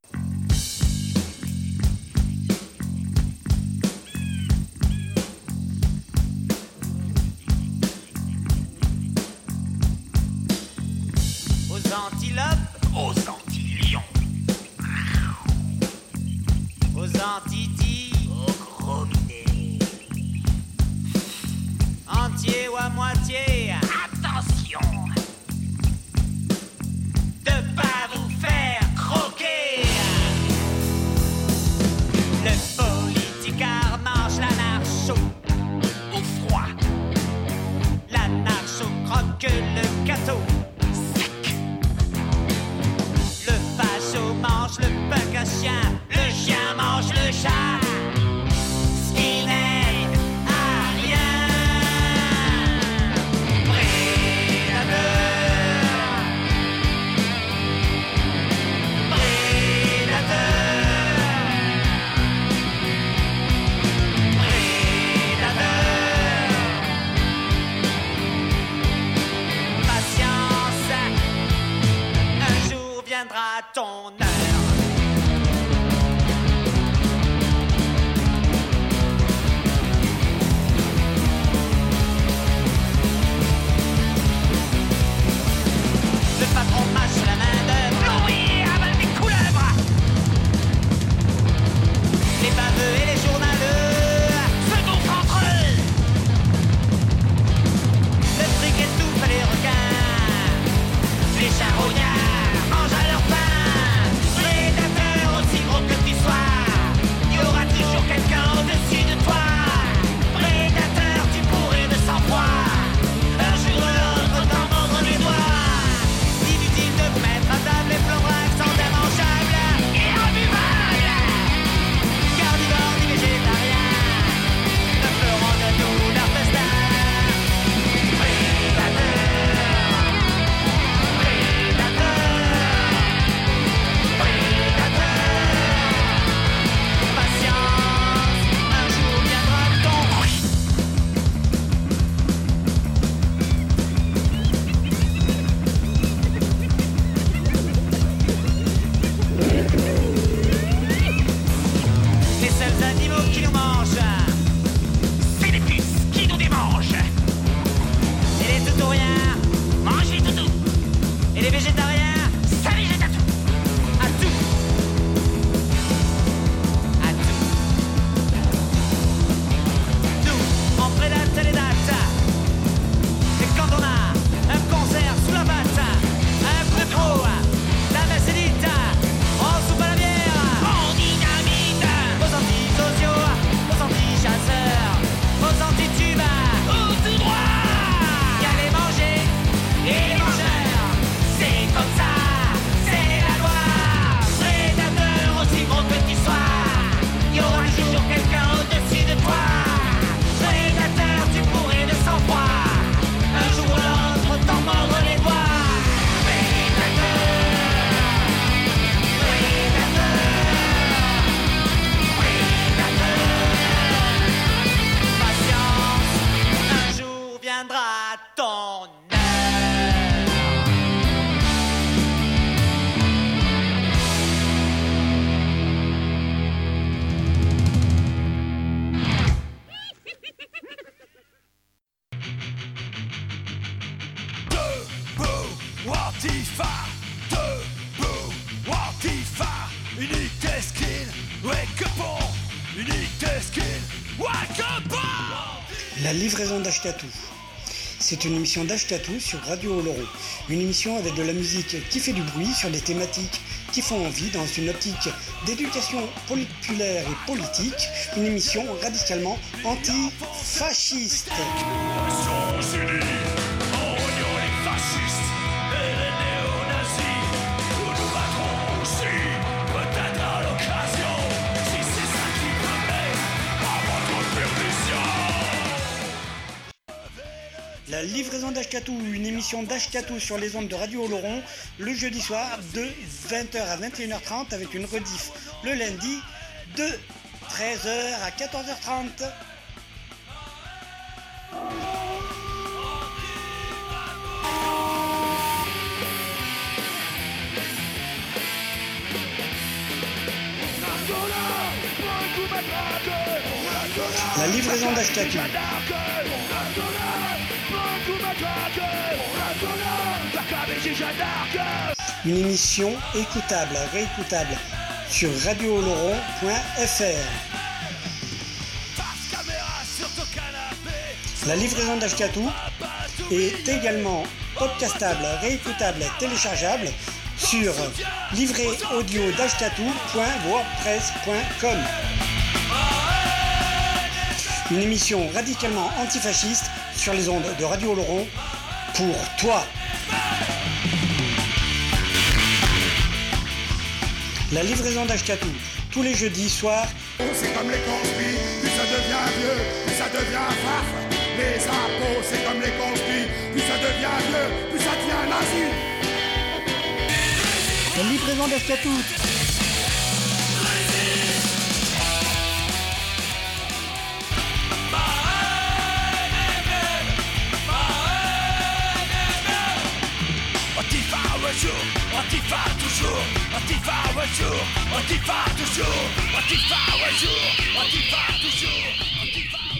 Aux antilopes, aux antilions, aux antitis, aux gros minets, entier ou à moitié, attention de pas vous faire croquer. Le politicard mange l'anarcho au froid, l'anarcho croque le gâteau. Le facho mange le punk à chien, le chien mange le chat. Ce qui n'aide à rien. Prédateur, prédateur, prédateur. Patience, un jour viendra ton heure. Le patron mâche la main d'œuvre. Oui, avale des couleuvres. Les baveux et les journaleux se gonflent entre eux. Le fric étouffe les requins. Les charognards mangent à leur pain. Prédateur aussi gros que tu sois, il y aura toujours quelqu'un au-dessus de toi. Prédateur, tu pourrais de sang-froid un jour ou l'autre t'en mordre les doigts. Inutile de mettre à table les flambraques sont immangeables et imbuvables. Carnivores ni végétariens ne feront de nous leur festin. Patience, un jour viendra ton les seuls animaux qui nous mangent, c'est les puces qui nous démangent. Et les toutouriens mangent les toutous. Et les végétariens, ça végète à tout. À tout. À tout. Nous, on prédate les dates. Et quand on a un concert sous la batte, un coup de trop, la messe est dite, on soupe à la bière, on dynamite. Aux antisociaux, aux anti Antifa, debout, Antifa, unité skin, wake up on, unité skin, wake up on. La livraison d'Ashkatou. C'est une émission d'Ashkatou sur Radio Oloron. Une émission avec de la musique qui fait du bruit sur des thématiques qui font envie dans une optique d'éducation populaire et politique. Une émission radicalement antifasciste. Nations Unies, réunions les fascistes et les néo-nazis. Nous nous battrons aussi, peut-être à l'occasion, si c'est ça qui permet à votre perdition. La livraison d'Ashkatou, une émission d'Ashkatou sur les ondes de Radio Oloron, le jeudi soir de 20h à 21h30 avec une rediff le lundi de 13h à 14h30. La livraison d'Ashkatou. Une émission écoutable, réécoutable sur radiooloron.fr. La livraison d'Ashkatou est également podcastable, réécoutable, téléchargeable sur livréaudio-dashkatou.wordpress.com. Une émission radicalement antifasciste sur les ondes de Radio Oloron pour toi. La livraison d'Ashkatou, tous les jeudis soirs. C'est comme les conspires, plus ça devient vieux, plus ça devient farf. Les impôts, c'est comme les conspires, plus ça devient vieux, plus ça devient nazi. La livraison d'Ashkatou. Antifa toujours, Antifa un jour, Antifa toujours, Antifa un jour, Antifa toujours, Antifa un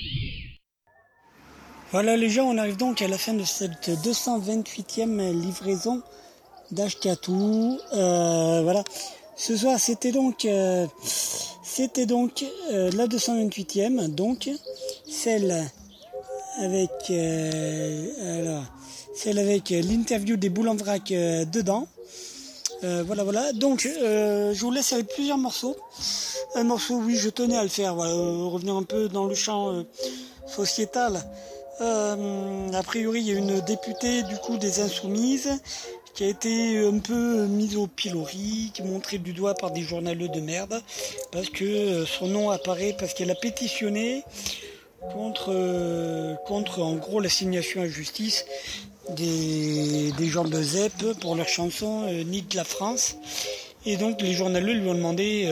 jour. Voilà les gens, on arrive donc à la fin de cette 228e livraison d'Ashkatou. Voilà. Ce soir c'était donc la 228e, donc celle avec celle avec l'interview des boules en vrac dedans. Voilà. Donc, je vous laisse avec plusieurs morceaux. Un morceau, oui, je tenais à le faire. Voilà, revenir un peu dans le champ sociétal. A priori, il y a une députée du coup des Insoumises qui a été un peu mise au pilori, qui est montrée du doigt par des journaleux de merde, parce que son nom apparaît, parce qu'elle a pétitionné contre en gros l'assignation à justice des gens de ZEP pour leur chanson Nique la France. Et donc les journaleux lui ont demandé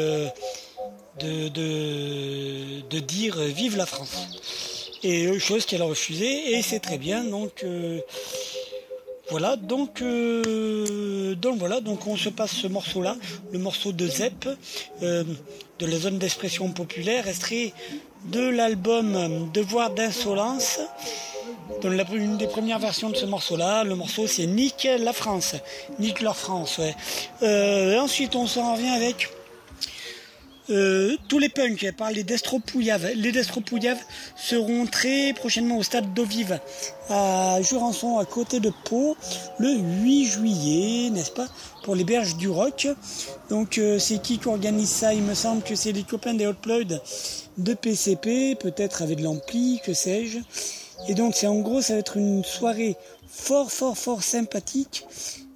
de dire Vive la France. Et chose qu'elle a refusée, et c'est très bien. Donc voilà, donc on se passe ce morceau-là, le morceau de ZEP, de la zone d'expression populaire, extrait de l'album Devoir d'insolence. Dans une des premières versions de ce morceau-là, le morceau c'est Nique la France, Nique leur France, ouais. Ensuite on s'en revient avec tous les punks par les Destropouillaves. Les Destropouillaves seront très prochainement au stade d'eau vive à Jurançon, à côté de Pau, le 8 juillet, n'est-ce pas, pour les Berges du Rock. Donc c'est qui organise ça? Il me semble que c'est les copains des Hot Ployd de PCP, peut-être avec de l'ampli, que sais-je. Et donc c'est en gros, ça va être une soirée fort sympathique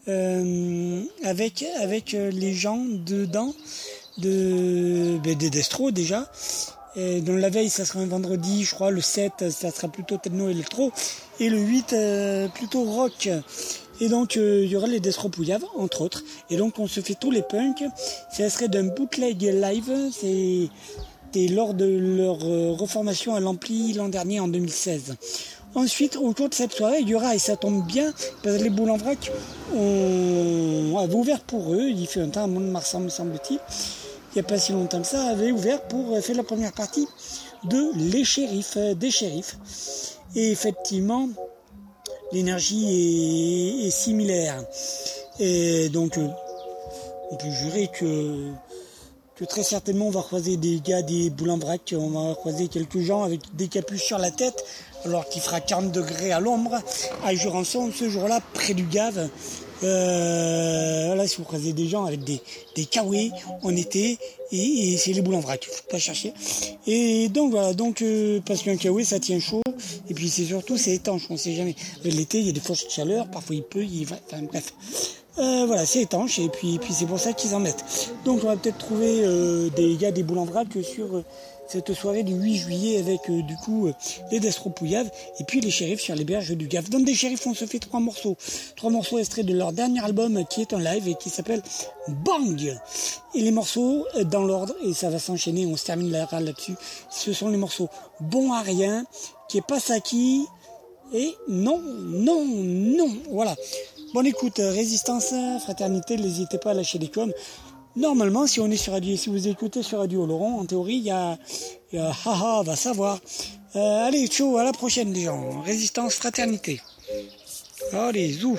avec les gens dedans des Destro déjà. Et donc la veille ça sera un vendredi, je crois, le 7 ça sera plutôt techno électro et le 8 plutôt rock. Et donc il y aura les Destropouillaves entre autres. Et donc on se fait tous les punks. Ça serait d'un bootleg live, c'est lors de leur reformation à l'ampli l'an dernier en 2016. Ensuite, au cours de cette soirée, il y aura, et ça tombe bien, parce que les boules en vrac avaient ouvert pour eux, il fait un temps à Mont-de-Marsan, me semble-t-il, il n'y a pas si longtemps que ça, avait ouvert pour faire la première partie de Les Shérifs, des Shérifs. Et effectivement, l'énergie est similaire. Et donc, on peut jurer que très certainement on va croiser des gars des boules en vrac, on va croiser quelques gens avec des capuches sur la tête, alors qu'il fera 40 degrés à l'ombre, à Jurançon ce jour-là, près du Gave. Là, si vous croisez des gens avec des kawaii en été, et c'est les boules en vrac, faut pas chercher. Et donc voilà, parce qu'un kawaii ça tient chaud, et puis c'est étanche, on sait jamais. L'été, il y a des fortes chaleurs, parfois il peut, enfin bref. Voilà, c'est étanche, et puis c'est pour ça qu'ils en mettent. Donc on va peut-être trouver des gars des boules en vrac sur cette soirée du 8 juillet avec les Destropouillades et puis les Shérifs sur les berges du Gave. Dans des Shérifs, on se fait trois morceaux extraits de leur dernier album qui est en live et qui s'appelle Bang. Et les morceaux dans l'ordre, et ça va s'enchaîner, on se termine là-dessus, ce sont les morceaux Bon à rien, qui est pas ça qui, et non, voilà. Bonne écoute, résistance, fraternité, n'hésitez pas à lâcher des coms. Normalement, si vous écoutez sur Radio Laurent, en théorie, il y a haha, va savoir. Allez, ciao, à la prochaine les gens. Résistance, fraternité. Allez, zou.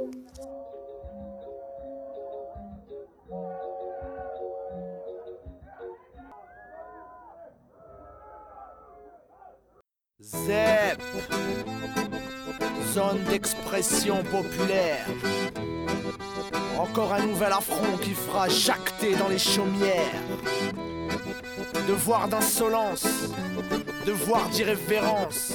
ZEP, zone d'expression populaire. Encore un nouvel affront qui fera jacter dans les chaumières. Devoir d'insolence, devoir d'irrévérence,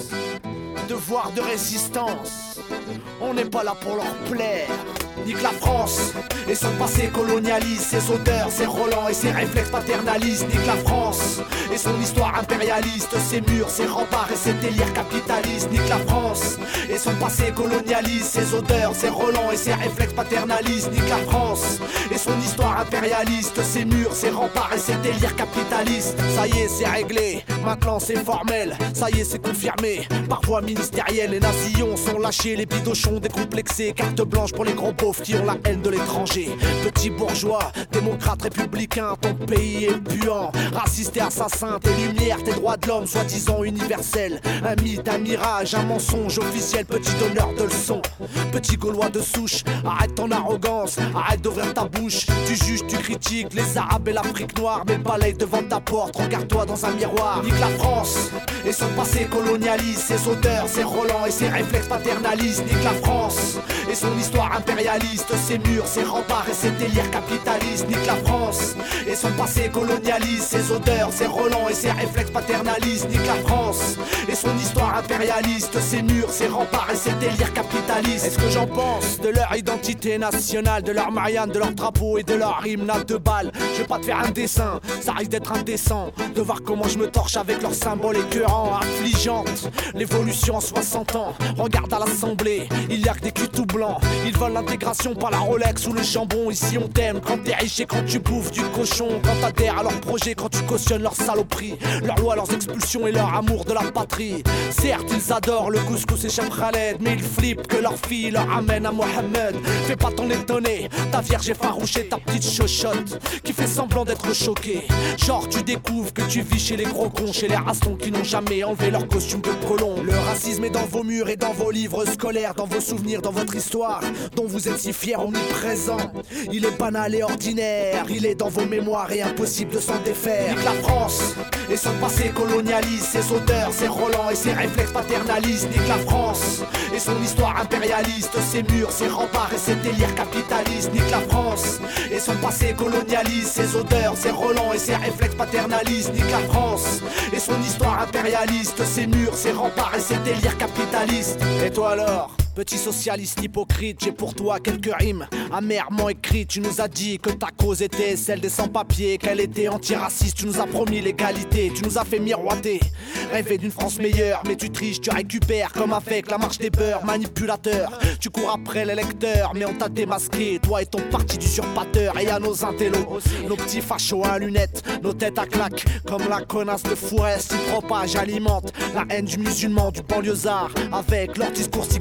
devoir de résistance. On n'est pas là pour leur plaire. Nique la France et son passé colonialiste, ses odeurs, ses relents et ses réflexes paternalistes. Nique la France et son histoire impérialiste, ses murs, ses remparts et ses délires capitalistes. Nique la France et son passé colonialiste, ses odeurs, ses relents et ses réflexes paternalistes. Nique la France et son histoire impérialiste, ses murs, ses remparts et ses délires capitalistes. Ça y est, c'est réglé, maintenant c'est formel. Ça y est, c'est confirmé, par voie ministérielle. Les nazillons sont lâchés, les bidochons décomplexés. Carte blanche pour les gros beaufs qui ont la haine de l'étranger. Petits bourgeois, démocrates, républicains, ton pays est puant. Raciste et assassin, tes lumières, tes droits de l'homme, soi-disant universels. Un mythe, un mirage, un mensonge officiel. Petit donneur de leçons, petit gaulois de souche. Arrête ton arrogance, arrête d'ouvrir ta bouche. Tu juges, tu critiques les arabes et l'Afrique noire, mais balaye devant ta porte, regarde-toi dans un miroir. Nique la France et son passé colonialiste, ses odeurs, ses relents et ses réflexes paternalistes. Nique la France et son histoire impérialiste, ses murs, ses remparts et ses délires capitalistes. Nique la France et son passé colonialiste, ses odeurs, ses relents et ses réflexes paternalistes. Nique la France et son histoire impérialiste, ses murs, ses remparts et ses délires capitalistes. Est-ce que j'en pense de leur identité nationale, de leur Marianne, de leur drapeau et de leur hymne à 2 balles? Je vais pas te faire un dessin, ça risque d'être indécent de voir comment je me torche avec leurs symboles écœurants, affligeantes. L'évolution en 60 ans, regarde à l'Assemblée, il y a que des culs tout blancs. Ils veulent l'intégration par la Rolex ou le jambon. Ici on t'aime quand t'es riche et quand tu bouffes du cochon, quand t'adhères à leurs projets, quand tu cautionnes leurs saloperies, leurs lois, leurs expulsions et leur amour de la patrie. Certes ils adorent le couscous et Chef Khaled, mais ils flippent que leur fille leur amène à Mohamed. Fais pas t'en étonner, ta vierge effarouchée, ta petite chochotte qui fait semblant d'être choquée. Genre tu découvres que tu vis chez les gros cons, chez les rastons qui n'ont jamais enlevé leur costume de prolong. Le racisme est dans vos murs et dans vos livres scolaires, dans vos souvenirs, dans votre histoire dont vous êtes si fiers, omniprésent. Il est banal et ordinaire, il est dans vos mémoires et impossible de s'en défaire. Nique la France et son passé colonialiste, ses odeurs, ses relents et ses réflexes paternalistes. Nique la France et son histoire impérialiste, ses murs, ses remparts et ses délires capitalistes. Nique la France et son passé colonialiste, ses odeurs, ses relents et ses réflexes paternalistes. Nique la France et son histoire impérialiste, ses murs, ses remparts et ses délires capitalistes. Et toi alors, petit socialiste hypocrite, j'ai pour toi quelques rimes amèrement écrites. Tu nous as dit que ta cause était celle des sans-papiers, qu'elle était antiraciste, tu nous as promis l'égalité, tu nous as fait miroiter, rêver d'une France meilleure. Mais tu triches, tu récupères comme avec la marche des beurs. Manipulateur, tu cours après les lecteurs, mais on t'a démasqué, toi et ton parti d'usurpateur. Et à nos intellos, nos petits fachos à lunettes, nos têtes à claques, comme la connasse de Fourest, ils propagent, alimentent la haine du musulman, du banlieusard, avec leur discours stigmatisant.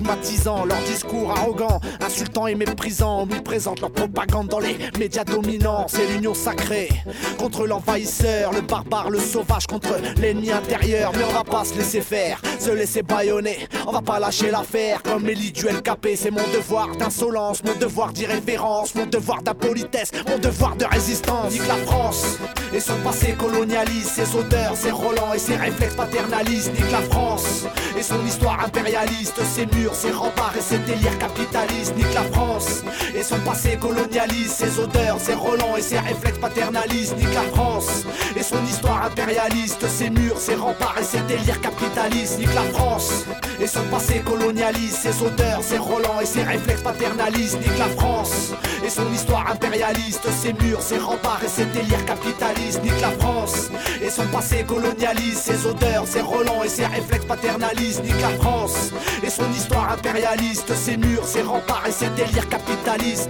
soi-disant, leur discours arrogant, insultant et méprisant, omniprésente leur propagande dans les médias dominants. C'est l'union sacrée contre l'envahisseur, le barbare, le sauvage contre l'ennemi intérieur. Mais on va pas se laisser faire, se laisser bâillonner, on va pas lâcher l'affaire comme Élie du LKP. C'est mon devoir d'insolence, mon devoir d'irrévérence, mon devoir d'impolitesse, mon devoir de résistance. Nique la France et son passé colonialiste, ses odeurs, ses relents et ses réflexes paternalistes. Nique la France et son histoire impérialiste, ses murs, ses remparts et ses délires capitalistes. Nique la France et son passé colonialiste, ses odeurs, ses relents et ses réflexes paternalistes. Nique la France et son histoire impérialiste, ses murs, ses remparts et ses délires capitalistes. Nique la France et son passé colonialiste, ses odeurs, ses relents et ses réflexes paternalistes. Nique la France et son histoire impérialiste, ses murs, ses remparts et ses délires capitalistes. Nique la France et son passé colonialiste, ses odeurs, ses relents et ses réflexes paternalistes. Nique la France et son histoire impérialiste, ses murs, ses remparts et ses délires capitalistes.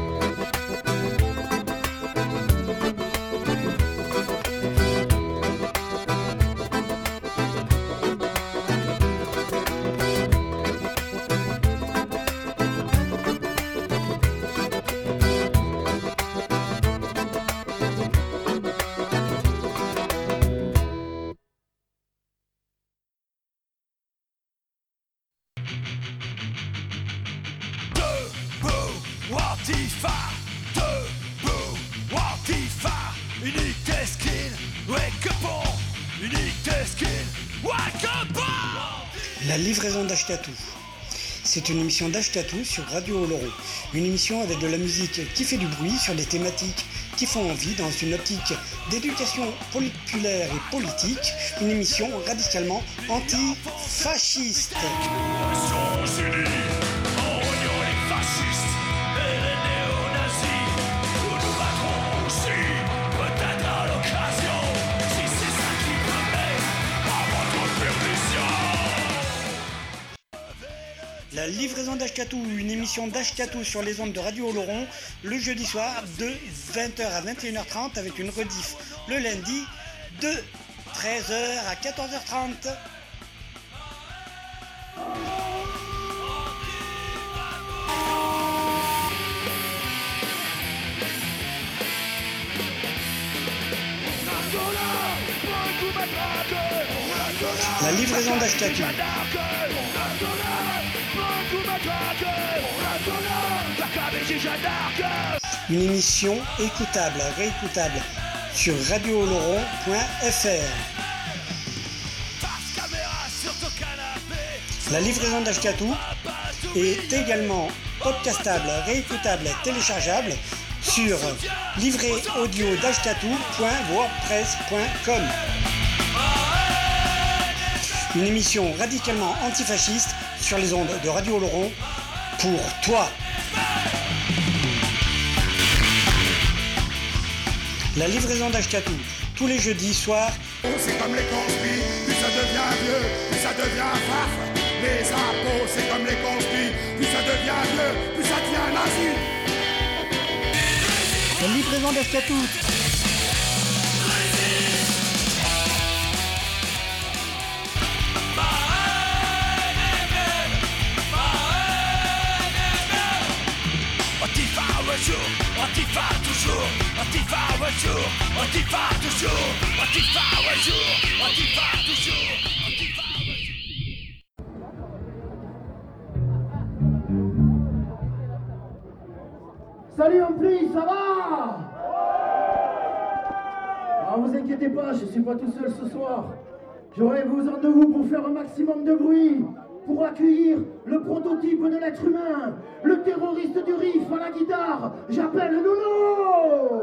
Antifa, debout, Antifa, unique tes skills, wake up on, unique tes skills, wake up on. La livraison d'Ashkatou. C'est une émission d'Ashkatou sur Radio Oloron. Une émission avec de la musique qui fait du bruit sur des thématiques qui font envie dans une optique d'éducation populaire et politique. Une émission radicalement antifasciste. La livraison d'Ashkatou, une émission d'Ashkatou sur les ondes de Radio Oloron, le jeudi soir de 20h à 21h30 avec une rediff le lundi de 13h à 14h30. La livraison d'Ashkatou. Une émission écoutable, réécoutable sur radiooloron.fr. La livraison d'Ashkatou est également podcastable, réécoutable, téléchargeable sur livréaudio-dashkatou.wordpress.com. Une émission radicalement antifasciste sur les ondes de Radio Oloron pour toi. La livraison d'Ashkatou, tous les jeudis soirs. C'est comme les conspires, plus ça devient vieux, plus ça devient farf. Les impôts, c'est comme les conspires, plus ça devient vieux, plus ça devient nazi. La livraison d'Ashkatou. Antifa toujours, Antifa un jour, Antifa toujours, Antifa un jour, Antifa toujours, Antifa un jour. Salut Ampli, ça va? Ah, vous inquiétez pas, je suis pas tout seul ce soir. J'aurai besoin de vous pour faire un maximum de bruit, pour accueillir le prototype de l'être humain, le terroriste du riff à la guitare. J'appelle Nono.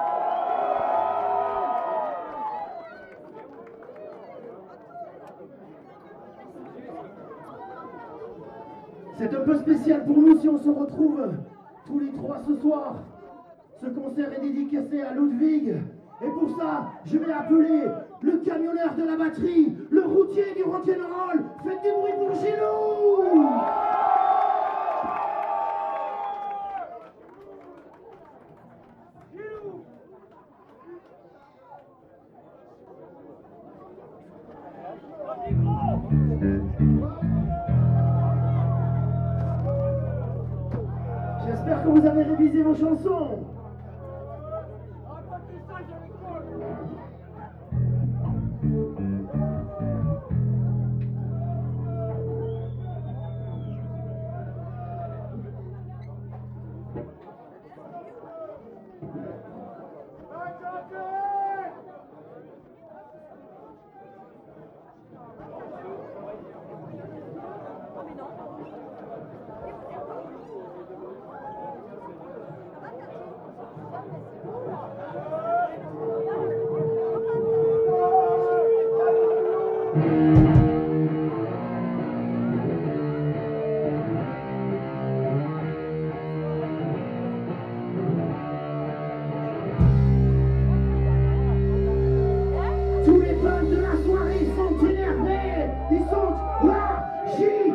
C'est un peu spécial pour nous si on se retrouve tous les trois ce soir. Ce concert est dédicacé à Ludwig. Et pour ça, je vais appeler le camionneur de la batterie, le routier du rock'n'roll. Faites du bruit pour Gilou! que vous avez révisé vos chansons. Tous les fans de la soirée sont énervés, ils sont agités.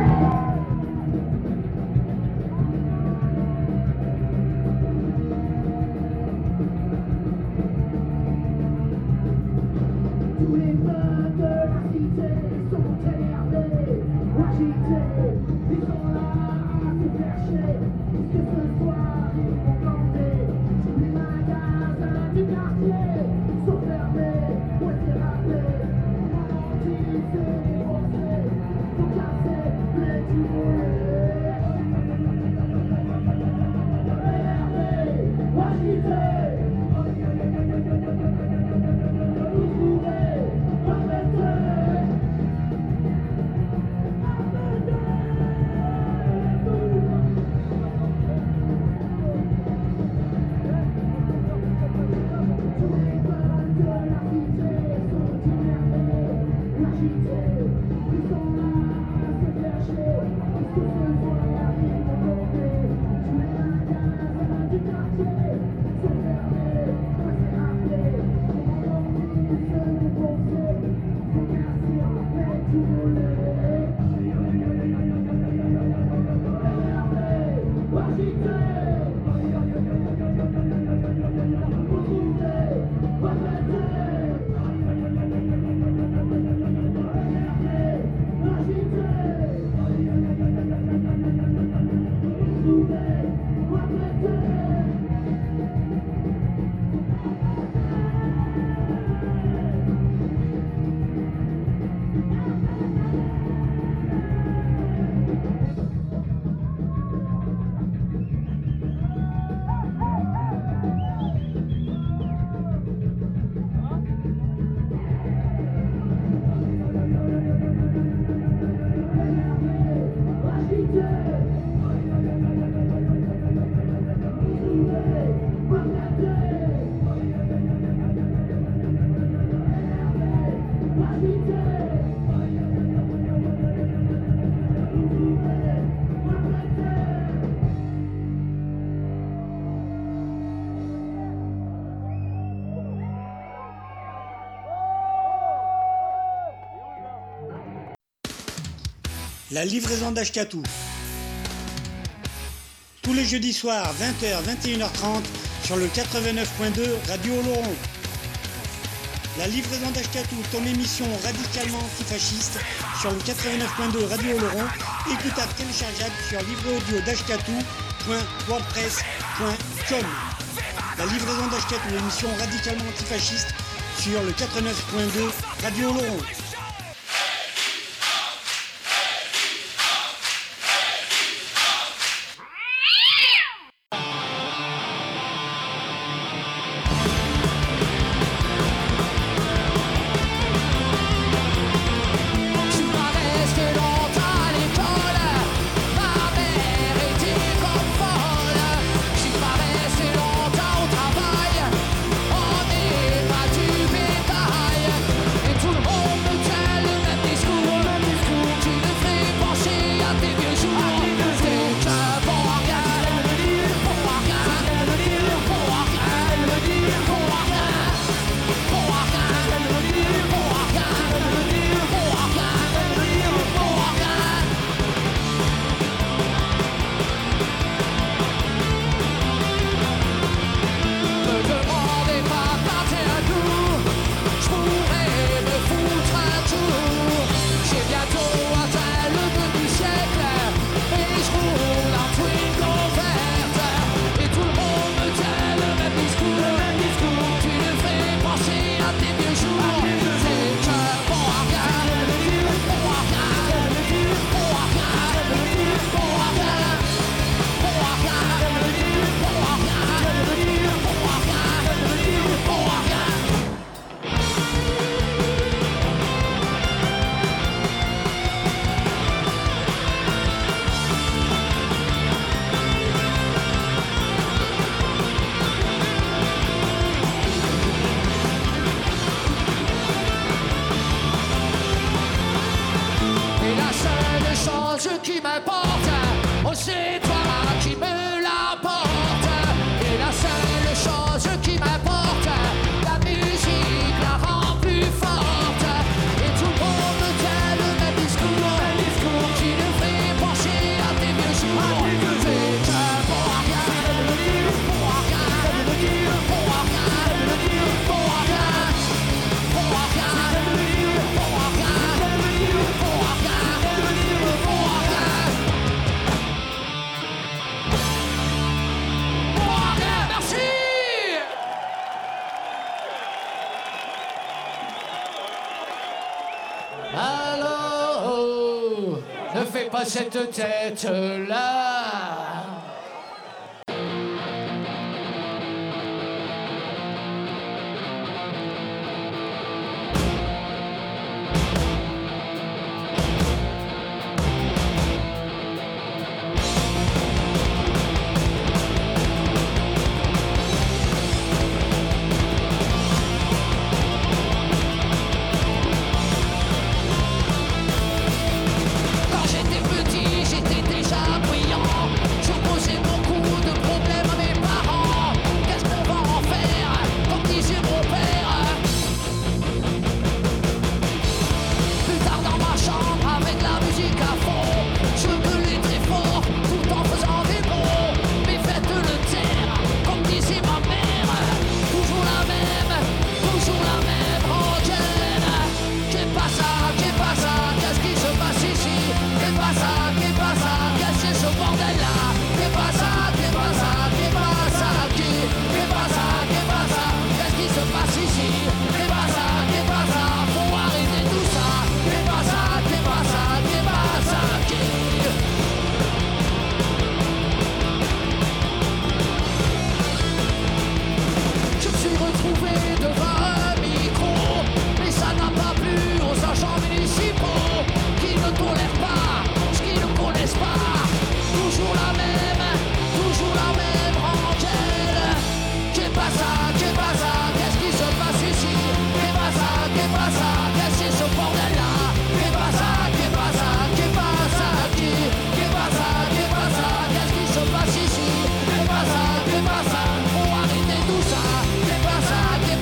Tous les fans de la cité sont énervés, agités, ils sont là à se faire chier, puisque ce soir ils vont planter. Tous les magasins du quartier sont fermés, ouais c'est rappelé. Ils se défoncés, sont cassés, les tués. Énervés, agités. La livraison d'Ashkatou. Tous les jeudis soirs, 20h, 21h30, sur le 89.2 Radio Oloron. La livraison d'Ashkatou, ton émission radicalement antifasciste, sur le 89.2 Radio Oloron, écoutable téléchargeable sur livreaudio.wordpress.com. La livraison d'Ashkatou, l'émission radicalement antifasciste, sur le 89.2 Radio Oloron. Tout le monde me chose qui m'importe. Oh, c'est toi qui me l'apporte. Et la seule chose qui m'importe, la musique la rend plus forte. Et tout le monde me tient le même discours qui devrait penser à tes vieux jours. C'est que pour rien, pour rien, pour rien, pour rien, pour rien, pour rien, merci. Alors, ne fais pas cette tête-là. Quand j'étais petit, j'étais déjà brillant. Je posais beaucoup de problèmes à mes parents. Qu'est-ce qu'on va en faire, comme disait mon père? Plus tard dans ma chambre, avec la musique à fond, je gueulais très fort, tout en faisant des mots. Mais faites le taire, comme disait ma mère. Toujours la même rengaine. Qu'est pas ça, qu'est-ce qui se passe ici? Qu'est pas ça, qu'est-ce que c'est ce bordel-là? Qu'est pas ça, qu'est pas ça, qu'est pas ça, qu'est-ce qui se passe ici? Qu'est pas ça, faut arrêter tout ça. Qu'est pas ça, Je me suis retrouvé devant un micro, mais ça n'a pas plu aux agents municipaux qui ne tolèrent pas ce qu'ils ne connaissent pas. Toujours la même rengaine. Qu'est pas ça, qu'est-ce qui se passe ici? Qu'est pas ça, qu'est-ce que c'est ce bordel-là? Qu'est pas ça, qu'est pas ça, qu'est-ce qui se passe ici? Qu'est pas ça, faut arrêter tout ça. Qu'est pas ça,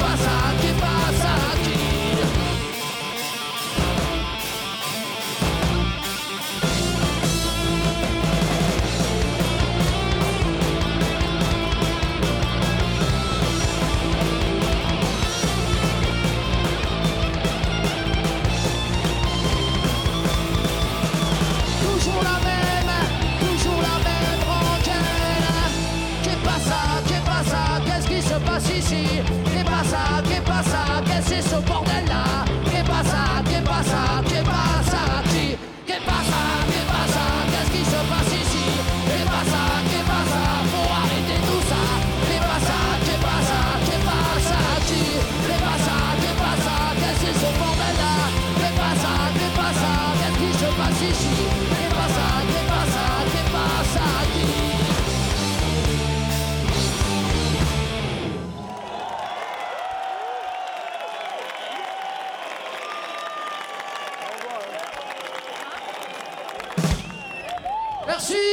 toujours la même rengaine. Qu'est pas ça, qu'est-ce qui se passe ici? Qu'est pas ça, qu'est-ce que c'est ce bordel-là? Qu'est pas ça, qu'est pas ça, qu'est-ce qui se passe ici? Qu'est pas ça, faut arrêter tout ça. Qu'est pas ça, qu'est pas ça, qu'est-ce que c'est ce bordel-là? Qu'est pas ça, qu'est-ce qui se passe ici? Qu'est pas ça, Merci.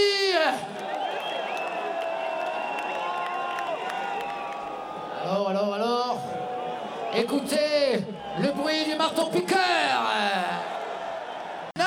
Alors, écoutez le bruit du marteau-piqueur. Non.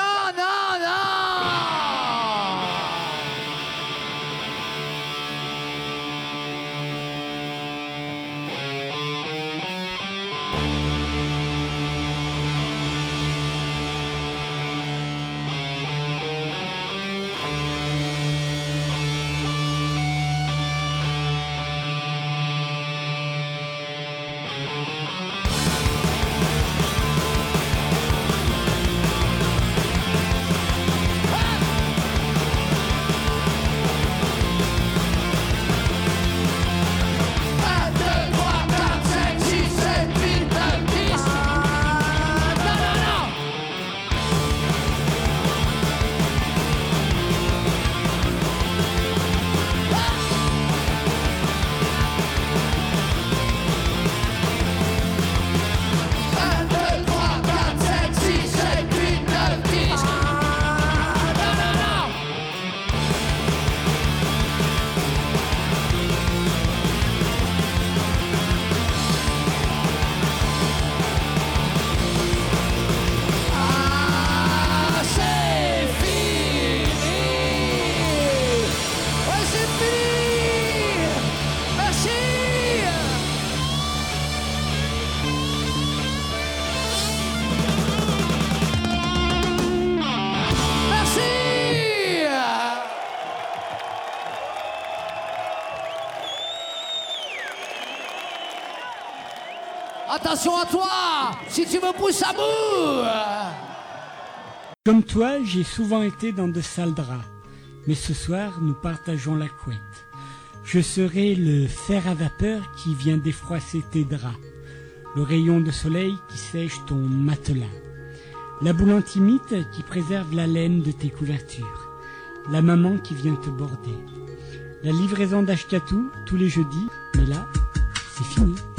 Attention à toi, si tu me pousses à bout. Comme toi, j'ai souvent été dans de sales draps. Mais ce soir, nous partageons la couette. Je serai le fer à vapeur qui vient défroisser tes draps. Le rayon de soleil qui sèche ton matelas. La boule antimite qui préserve la laine de tes couvertures. La maman qui vient te border. La livraison d'Ashkatou tous les jeudis. Mais là, c'est fini.